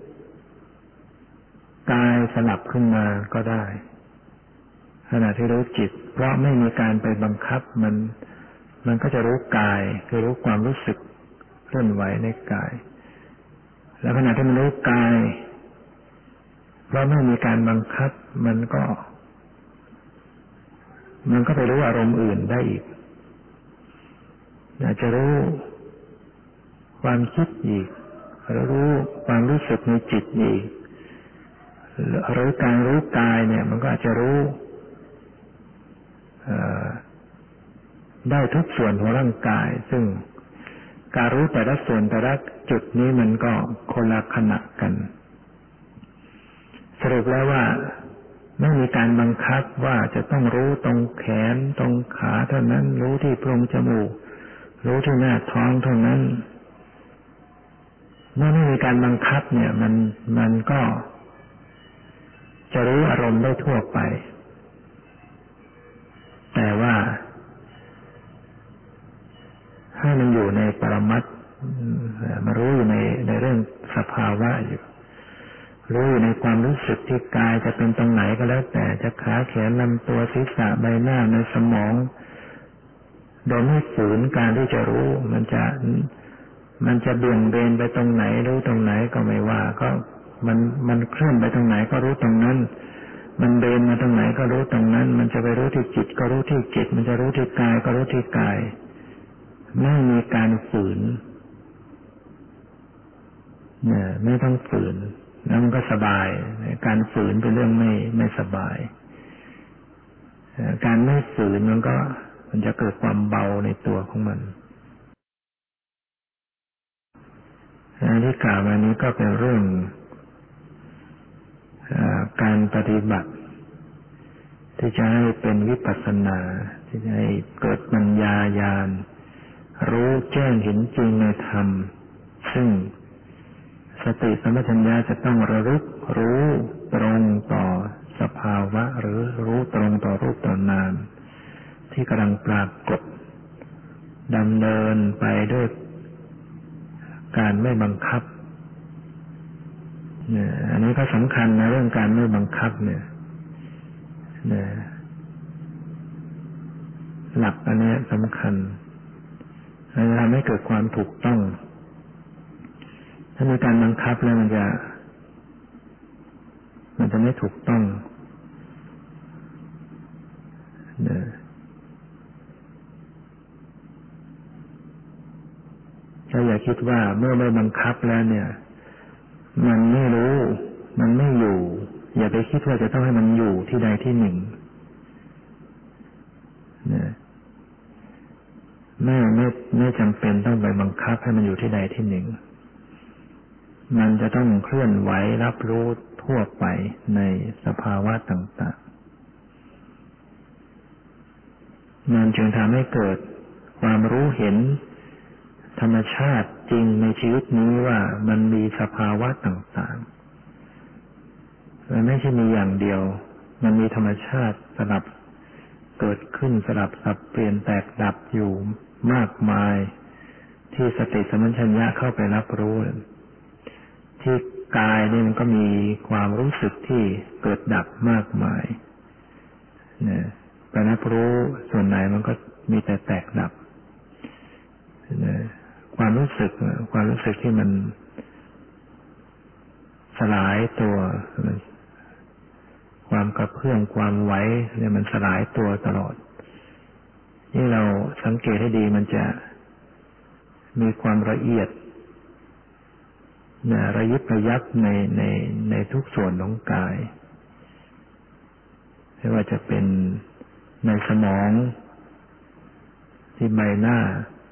กายสลับขึ้นมาก็ได้ขณะที่รู้จิตเพราะไม่มีการไปบังคับมันมันก็จะรู้กายคือรู้ความรู้สึกเคลื่อนไหวในกายแล้วขณะที่มันรู้กายเพราะไม่มีการบังคับมันก็มันก็ไปรู้อารมณ์อื่นได้อีกอยากจะรู้ความคิดอีกรู้ความรู้สึกในจิตอีกหรือการรู้กายเนี่ยมันก็อาจจะรู้ได้ทุกส่วนของร่างกายซึ่งการรู้แต่ละส่วนแต่ละจุดนี้มันก็คนละขณะกันสรุปแล้วว่าไม่มีการบังคับว่าจะต้องรู้ตรงแขนตรงขาเท่านั้นรู้ที่โพรงจมูกรู้ที่หน้าท้องเท่านั้นเมื่อไม่มีการบังคับเนี่ยมันมันก็จะรู้อารมณ์ได้ทั่วไปแต่ว่าให้มันอยู่ในปรมัตถ์มารู้อยู่ในในเรื่องสภาวะอยู่รู้อยู่ในความรู้สึกที่กายจะเป็นตรงไหนก็แล้วแต่จะขาแขนลำตัวศีรษะใบหน้าในสมองโดยไม่ฝืนการที่จะรู้มันจะมันจะเบี่ยงเบนไปตรงไหนรู้ตรงไหนก็ไม่ว่าก็มันมันเคลื่อนไปตรงไหนก็รู้ตรงนั้นมันเบนมาตรงไหนก็รู้ตรงนั้นมันจะไปรู้ที่จิตก็รู้ที่จิตมันจะรู้ที่กายก็รู้ที่กายไม่มีการฝืนเนี่ยไม่ต้องฝืนแล้วมันก็สบายการฝืนเป็นเรื่องไม่ไม่สบายการไม่ฝืนมันก็มันจะเกิดความเบาในตัวของมันที่กล่าวมานี้ก็เป็นเรื่องการปฏิบัติที่จะให้เป็นวิปัสสนาที่จะให้เกิดปัญญาญาณรู้แจ้งเห็นจริงในธรรมซึ่งสติสัมปชัญญะจะต้องระลึกรู้ตรงต่อสภาวะหรือรู้ตรงต่อรูปต่อนามที่กำลังปรากฏดำเนินไปด้วยการไม่บังคับเนี่ยอันนี้ก็สำคัญนะเรื่องการไม่บังคับเนี่ยเนี่ยหลักอันนี้สำคัญมันจะทำให้เกิดความถูกต้องถ้ามีการบังคับแล้วมันจะมันจะไม่ถูกต้องเนี่ยถ้าอย่าคิดว่าเมื่อไม่บังคับแล้วเนี่ยมันไม่รู้มันไม่อยู่อย่าไปคิดว่าจะต้องให้มันอยู่ที่ใดที่หนึ่งเนี่ยไม่ไม่ไม่จำเป็นต้องไปบังคับให้มันอยู่ที่ใดที่หนึ่งมันจะต้องเคลื่อนไหวรับรู้ทั่วไปในสภาวะต่างๆมันจึงทำให้เกิดความรู้เห็นธรรมชาติจริงในชีวิตนี้ว่ามันมีสภาวะต่างๆมันไม่ใช่มีอย่างเดียวมันมีธรรมชาติสลับเกิดขึ้นสลับสับเปลี่ยนแตกดับอยู่มากมายที่สติสัมปชัญญะเข้าไปรับรู้ที่กายนี่มันก็มีความรู้สึกที่เกิดดับมากมายเนี่ยไปรับรู้ส่วนไหนมันก็มีแต่แตกดับเนี่ยความรู้สึกความรู้สึกที่มันสลายตัวความกระเพื่อมความไหวเนี่ยมันสลายตัวตลอดนี่เราสังเกตให้ดีมันจะมีความละเอียดเนี่ยระยิบระยับในในในทุกส่วนของกายไม่ว่าจะเป็นในสมองที่ใบหน้า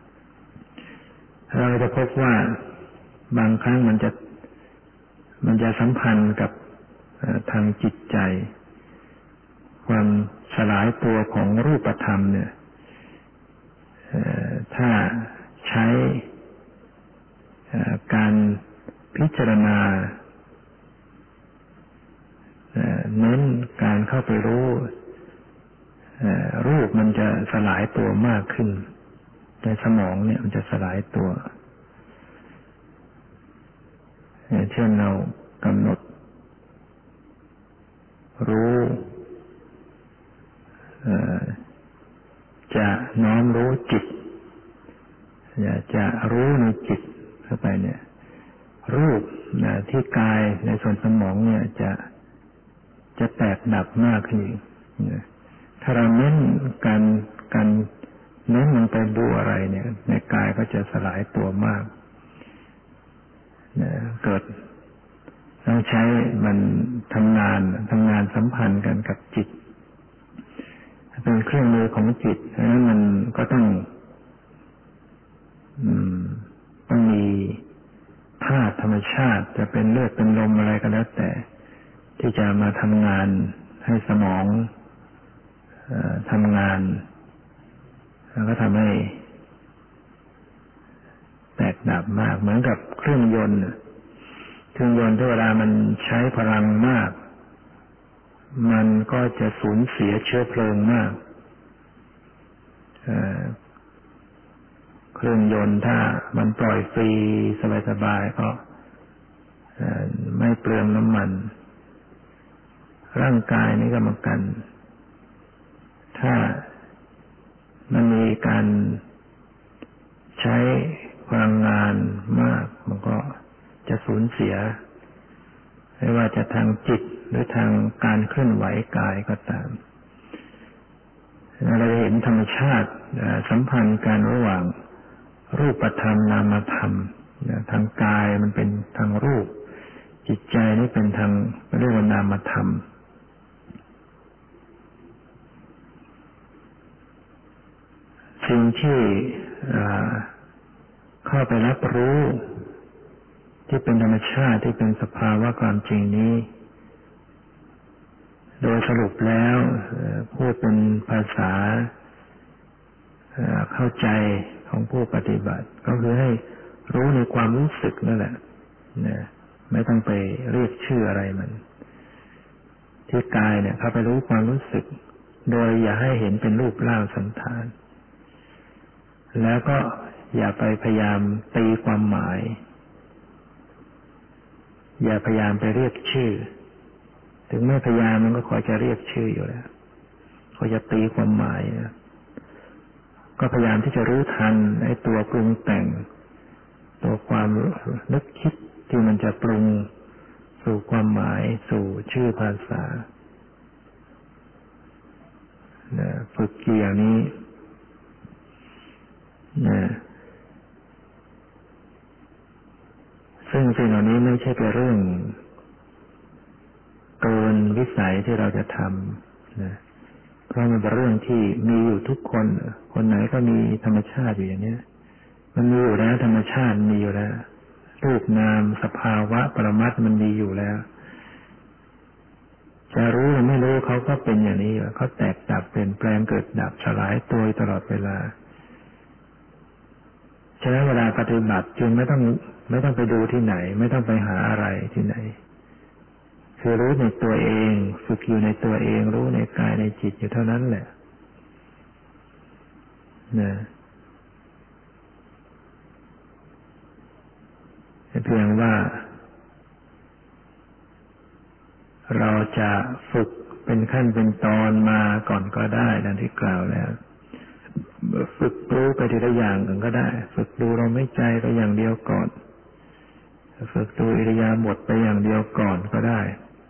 เราจะพบว่าบางครั้งมันจะมันจะสัมพันธ์กับทางจิตใจความสลายตัวของรูปธรรมเนี่ยถ้าใช้การพิจารณาสลายตัวมากขึ้นในสมองเนี่ยมันจะสลายตัวอย่างเช่นเรากำหนดรู้จะน้อมรู้จิตอยากจะรู้ในจิตเข้าไปเนี่ยรูปนะที่กายในส่วนสมองเนี่ยจะจะแตกดับมากขึ้นอีกถ้าเราเน้นการการเน้นมันไปดูอะไรเนี่ยในกายก็จะสลายตัวมากเกิดต้องใช้มันทำงานทำงานสัมพันธ์กันกับจิตเป็นเครื่องมือของจิตเพราะฉะนั้นมันก็ต้องต้องมีธาตุธรรมชาติจะเป็นเลือดเป็นลมอะไรก็แล้วแต่ที่จะมาทำงานให้สมองทำงานแล้วก็ทำให้แตกดับมากเหมือนกับเครื่องยนต์เครื่องยนต์ที่เวลามันใช้พลังมากมันก็จะสูญเสียเชื้อเพลิงมากเครื่องยนต์ถ้ามันปล่อยฟรีสบายๆก็ไม่เปลืองน้ำมันร่างกายนี้ก็เหมือนกันถ้ามันมีการใช้พลังงานมากมันก็จะสูญเสียไม่ว่าจะทางจิตหรือทางการเคลื่อนไหวกายก็ตามเราเห็นธรรมชาติสัมพันธ์กันระหว่างรูปธรรมนามธรรมทางกายมันเป็นทางรูปจิตใจนี่เป็นทางเรียกว่านามธรรมสิ่งที่เข้าไปรับรู้ที่เป็นธรรมชาติที่เป็นสภาวะความจริงนี้โดยสรุปแล้วพูดเป็นภาษาเข้าใจของผู้ปฏิบัติก็คือให้รู้ในความรู้สึกนั่นแหละนะไม่ต้องไปเรียกชื่ออะไรมันที่กายเนี่ยเข้าไปรู้ความรู้สึกโดยอย่าให้เห็นเป็นรูปร่างสันฐานแล้วก็อย่าไปพยายามตีความหมายอย่าพยายามไปเรียกชื่อถึงไม่พยายามมันก็คอยจะเรียกชื่ออยู่แล้วคอยจะตีความหมายนะก็พยายามที่จะรู้ทันไอ้ตัวปรุงแต่งตัวความนึกคิดที่มันจะปรุงสู่ความหมายสู่ชื่อภาษาฝึกกี่อย่างนี้นะซึ่งสิ่งเหล่านี้ไม่ใช่เป็นเรื่องเกินวิสัยที่เราจะทำนะเพราะมันเป็นเรื่องที่มีอยู่ทุกคนคนไหนก็มีธรรมชาติอยู่อย่างนี้มันมีอยู่แล้วธรรมชาติมีอยู่แล้วรูปนามสภาวะปรมัตถ์มันมีอยู่แล้วจะรู้หรือไม่รู้เขาก็เป็นอย่างนี้เขาแตกดับเปลี่ยนแปลงเกิดดับสลายตัวตลอดเวลาฉะนั้นเวลาปฏิบัติจึงไม่ต้องไม่ต้องไปดูที่ไหนไม่ต้องไปหาอะไรที่ไหนคือรู้ในตัวเองฝึกอยู่ในตัวเองรู้ในกายในจิตอยู่เท่านั้นแหละนะเพียงว่าเราจะฝึกเป็นขั้นเป็นตอนมาก่อนก็ได้ดังที่กล่าวแล้วฝึกรู้ไปทีละอย่างกันก็ได้ฝึกดูลมหายใจไปอย่างเดียวก่อนฝึกดูอิริยาบถไปอย่างเดียวก่อนก็ได้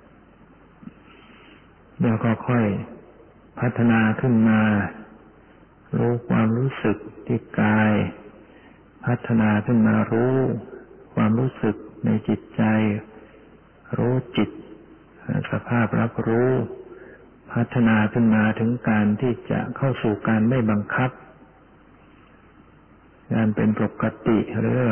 เดี๋ยวก็ค่อยพัฒนาขึ้นมารู้ความรู้สึกที่กายพัฒนาขึ้นมารู้ความรู้สึกในจิตใจรู้จิตสภาพรับรู้พัฒนาขึ้นมาถึงการที่จะเข้าสู่การไม่บังคับการเป็นปกติหรือ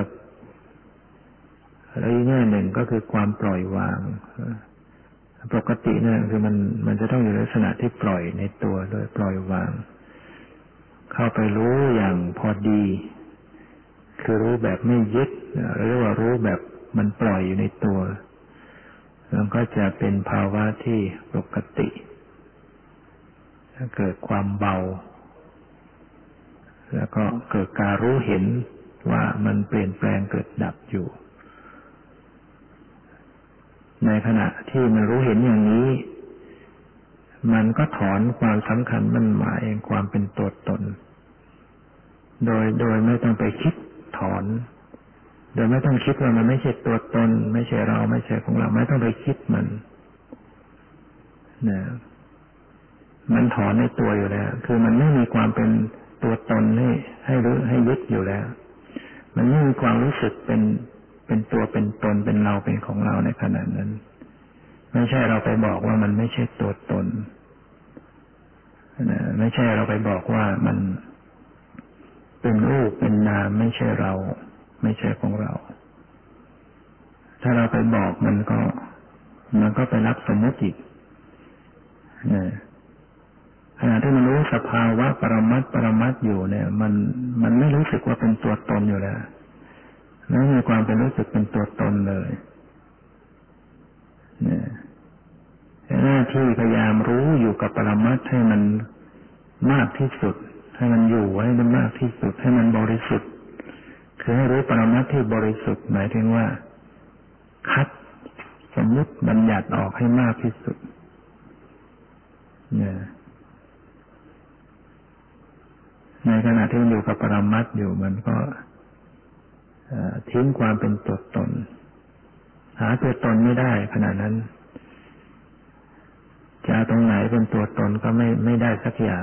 อะไรแง่หนึ่งก็คือความปล่อยวางปกติเนี่ยคือมันมันจะต้องอยู่ในลักษณะที่ปล่อยในตัวโดยปล่อยวางเข้าไปรู้อย่างพอดีคือรู้แบบไม่ยึดหรือว่ารู้แบบมันปล่อยอยู่ในตัวมันก็จะเป็นภาวะที่ปกติถ้าเกิดความเบาแล้วก็เกิดการรู้เห็นว่ามันเปลี่ยนแปลงเกิดดับอยู่ในขณะที่มันรู้เห็นอย่างนี้มันก็ถอนความสำคัญมั่นหมายความเป็นตัวตนโดยโดยไม่ต้องไปคิดถอนโดยไม่ต้องคิดว่ามันไม่ใช่ตัวตนไม่ใช่เราไม่ใช่ของเราไม่ต้องไปคิดมันนะมันถอนในตัวอยู่แล้วคือมันไม่มีความเป็นตัวตนให้ให้รู้ให้ยึดอยู่แล้วมันไม่มีความรู้สึกเป็นเป็นตัวเป็นตนเป็นเราเป็นของเราในขณะนั้นไม่ใช่เราไปบอกว่ามันไม่ใช่ตัวตนนะไม่ใช่เราไปบอกว่ามันเป็นรูปเป็นนามไม่ใช่เราไม่ใช่ของเราถ้าเราไปบอกมันก็มันก็ไปรับสมมติอีกนะขณะที่มันรู้สภาวะปรมัตถ์ปรมัตถ์อยู่เนี่ยมันมันไม่รู้สึกว่าเป็นตัวตนอยู่แล้วไม่มีความเป็นรู้สึกเป็นตัวตนเลยเนี่ยหน้าที่พยายามรู้อยู่กับปรมัตถ์ให้มันมากที่สุดให้มันอยู่ให้มันมากที่สุดให้มันบริสุทธิ์คือให้รู้ปรมัตถ์ที่บริสุทธิ์หมายถึงว่าคัดสมมุติบัญญัติออกให้มากที่สุดเนี่ยในขณะที่มันอยู่กับปรมัตถ์อยู่มันก็ทิ้งความเป็นตัวตนหาตัวตนไม่ได้ขณะนั้นจะเอาตรงไหนเป็นตัวตนก็ไม่ไม่ได้สักอย่าง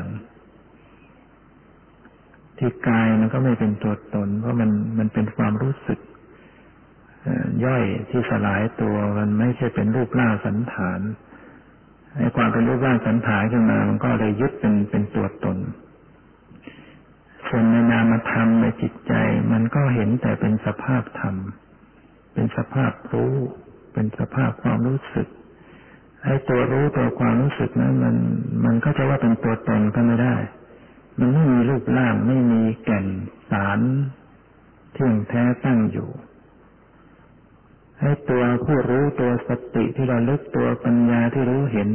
ที่กายมันก็ไม่เป็นตัวตนเพราะมันมันเป็นความรู้สึกย่อยที่สลายตัวมันไม่ใช่เป็นรูปร่างสันฐานไอ้ความเป็นรูปร่างสันฐานขึ้นมามันก็เลยยึดเป็นเป็นตัวตนส่วนในนามธรรมในจิตใจมันก็เห็นแต่เป็นสภาพธรรมเป็นสภาพรู้เป็นสภาพความรู้สึกไอ้ตัวรู้ตัวความรู้สึกนั้นมันมันก็จะว่าเป็นตัวตนก็ไม่ได้มันไม่มีรูปร่างไม่มีแก่นสารเที่ยงแท้ตั้งอยู่ให้ตัวผู้รู้ตัวสติที่ระลึกตัวปัญญาที่รู้เห็น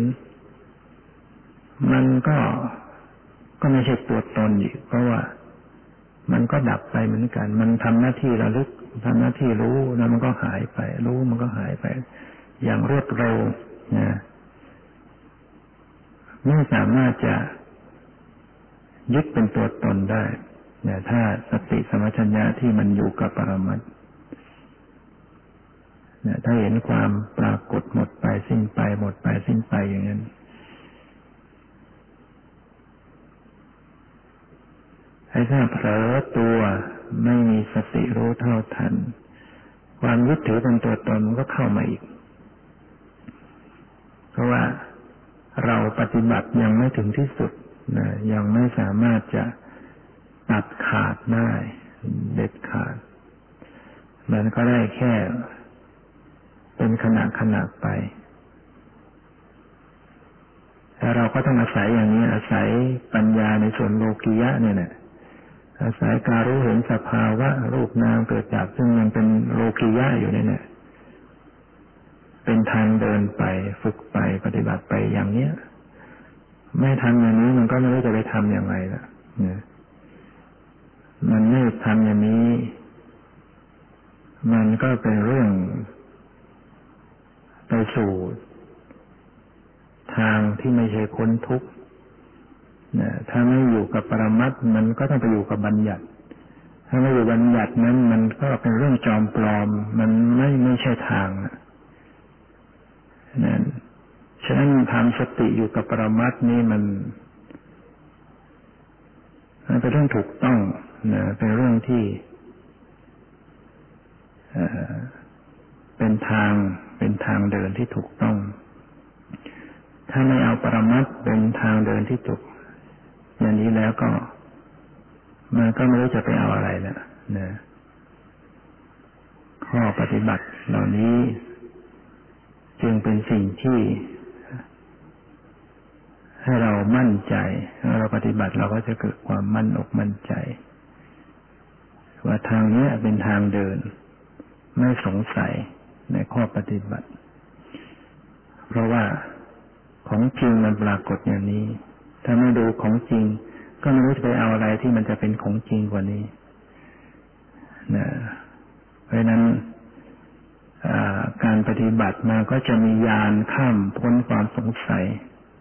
มันก็ก็ไม่ใช่ตัวตนอีกเพราะว่ามันก็ดับไปเหมือนกันมันทำหน้าที่ระลึกทำหน้าที่รู้แล้วมันก็หายไปรู้มันก็หายไปอย่างรวดเร็วนะไม่สามารถจะยึดเป็นตัวตนได้เนี่ยถ้าสติสัมปชัญญะที่มันอยู่กับปรมัตถ์เนี่ยถ้าเห็นความปรากฏหมดไปสิ้นไปหมดไปสิ้นไปอย่างนั้นให้ถ้าเผลอตัวไม่มีสติรู้เท่าทันความยึดถือเป็นตัวตนมันก็เข้ามาอีกเพราะว่าเราปฏิบัติยังไม่ถึงที่สุดนะยังไม่สามารถจะตัดขาดได้เด็ดขาดมันก็ได้แค่เป็นขณะขณะไปแต่เราก็ต้องอาศัยอย่างนี้อาศัยปัญญาในส่วนโลกียะเนี่ยนะอาศัยการรู้เห็นสภาวะรูปนามเกิดจากซึ่งมันเป็นโลกียะอยู่เนี่ยนะเป็นทางเดินไปฝึกไปปฏิบัติไปอย่างเนี้ยไม่ทำอย่างนี้มันก็ไม่รู้จะไปทำอย่างไรละเนี่ยมันไม่ทำอย่างนี้มันก็เป็นเรื่องไปสู่ทางที่ไม่ใช่พ้นทุกข์นะถ้าไม่อยู่กับปรมัตถ์มันก็ต้องไปอยู่กับบัญญัติถ้าไม่อยู่บัญญัตินั้นมันก็เป็นเรื่องจอมปลอมมันไม่ไม่ใช่ทางนั่นฉะนั้นทำสติอยู่กับปรมัตถ์นี่มันมันเป็นเรื่องถูกต้องนะเป็นเรื่องที่เป็นทางเป็นทางเดินที่ถูกต้องถ้าไม่เอาปรมัตถ์เป็นทางเดินที่ถูกอย่างนี้แล้วก็มันก็ไม่รู้จะไปเอาอะไรแล้วนะข้อปฏิบัติเหล่านี้จึงเป็นสิ่งที่ให้เรามั่นใจเมื่อเราปฏิบัติเราก็จะเกิดความมั่นอกมั่นใจว่าทางนี้เป็นทางเดินไม่สงสัยในข้อปฏิบัติเพราะว่าของจริงมันปรากฏอย่างนี้ถ้าไม่ดูของจริงก็ไม่รู้จะไปเอาอะไรที่มันจะเป็นของจริงกว่านี้นะเพราะฉะนั้นการปฏิบัติมาก็จะมีญาณข้ามพ้นความสงสัย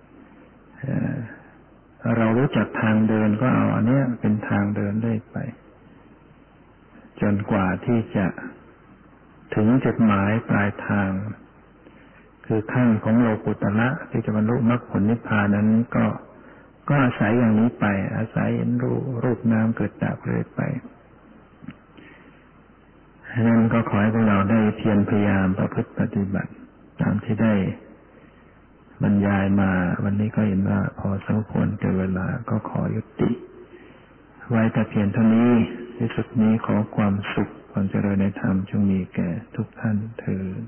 เรารู้จักทางเดินก็เอาอันนี้เป็นทางเดินได้ไปจนกว่าที่จะถึงจุดหมายปลายทางคือขั้นของโลกุตระที่จะบรรลุมรรคผลนิพพานนั้นก็ก็อาศัยอย่างนี้ไปอาศัยเห็นรูปรูปนามเกิดดับเรื่อยไปฉะนั้นก็ขอให้พวกเราได้เพียรพยายามประพฤติปฏิบัติตามที่ได้บรรยายมาวันนี้ก็เห็นว่าพอสมควรแก่เวลาก็ขอยุติไว้แต่เพียงเท่านี้ที่สุดนี้ขอความสุขความเจริญในธรรมจงมีแก่ทุกท่านเถิด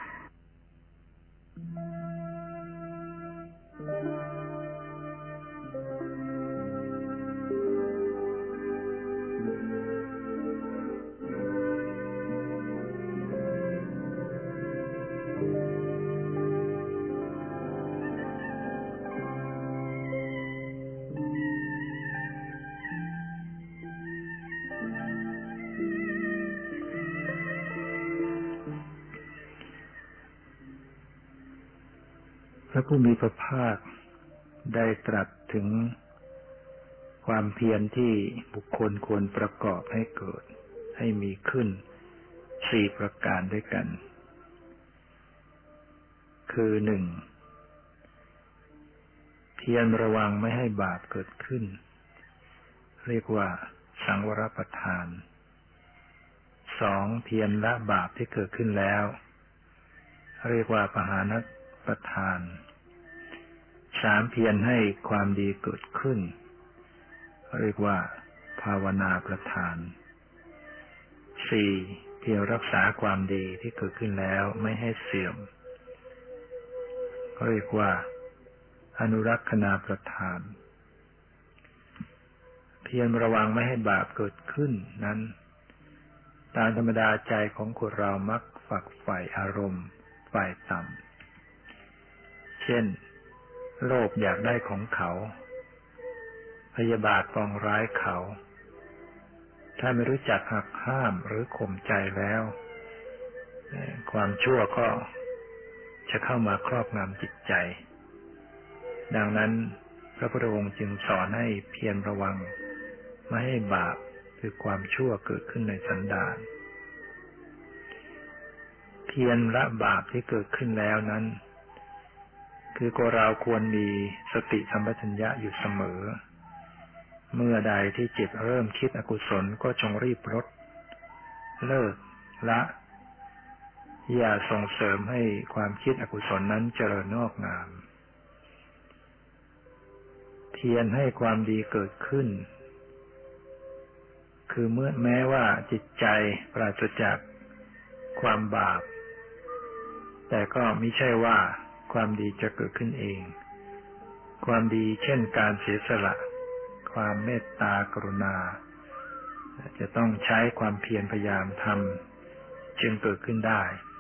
พระผู้มีพระภาคได้ตรัสถึงความเพียรที่บุคคลควรประกอบให้เกิดให้มีขึ้นสี่ประการด้วยกันคือหนึ่งเพียรระวังไม่ให้บาปเกิดขึ้นเรียกว่าสังวรประทานสองเพียรละบาปที่เกิดขึ้นแล้วเรียกว่าปหานประทานสามเพียรให้ความดีเกิดขึ้นเรียกว่าภาวนาประทานสี่เพียรรักษาความดีที่เกิดขึ้นแล้วไม่ให้เสื่อมเรียกว่าอนุรักษณาประทานเพียรระวังไม่ให้บาปเกิดขึ้นนั้นตามธรรมดาใจของคนเรามักฝักใฝ่อารมณ์ฝ่ายต่ำเช่นโลภอยากได้ของเขาพยาบาทปองร้ายเขาถ้าไม่รู้จักหักห้ามหรือข่มใจแล้วความชั่วก็จะเข้ามาครอบงำจิตใจดังนั้นพระพุทธองค์จึงสอนให้เพียรระวังไม่ให้บาปคือความชั่วเกิดขึ้นในสันดานเพียรละบาปที่เกิดขึ้นแล้วนั้นคือตัวเราควรมีสติสัมปชัญญะอยู่เสมอเมื่อใดที่จิตเริ่มคิดอกุศลก็จงรีบลดเลิกละอย่าส่งเสริมให้ความคิดอกุศลนั้นเจริญงอกงามเพียรให้ความดีเกิดขึ้นคือเมื่อแม้ว่าจิตใจปราศจากความบาปแต่ก็มิใช่ว่าความดีจะเกิดขึ้นเองความดีเช่นการเสียสละความเมตตากรุณาจะต้องใช้ความเพียรพยายามทำจึงเกิดขึ้นได้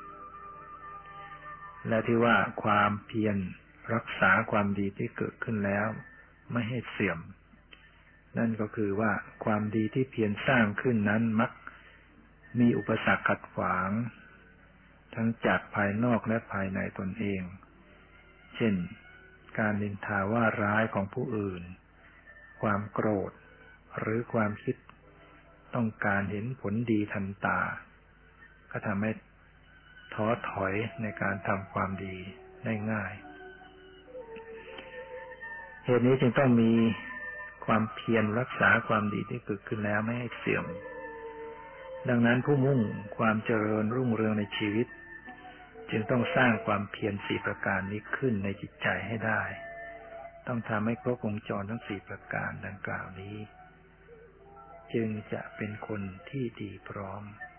และที่ว่าความเพียรรักษาความดีที่เกิดขึ้นแล้วไม่ให้เสื่อมนั่นก็คือว่าความดีที่เพียรสร้างขึ้นนั้นมักมีอุปสรรคขัดขวางทั้งจากภายนอกและภายในตนเองเช่นการนินทาว่าร้ายของผู้อื่นความโกรธหรือความคิดต้องการเห็นผลดีทันตาก็ทำให้ท้อถอยในการทำความดีได้ง่ายเหตุนี้จึงต้องมีความเพียรรักษาความดีที่เกิดขึ้นแล้วไม่ให้เสื่อมดังนั้นผู้มุ่งความเจริญรุ่งเรืองในชีวิตจึงต้องสร้างความเพียรสี่ประการนี้ขึ้นในจิตใจให้ได้ต้องทำให้ครบวงจรทั้งสี่ประการดังกล่าวนี้จึงจะเป็นคนที่ดีพร้อม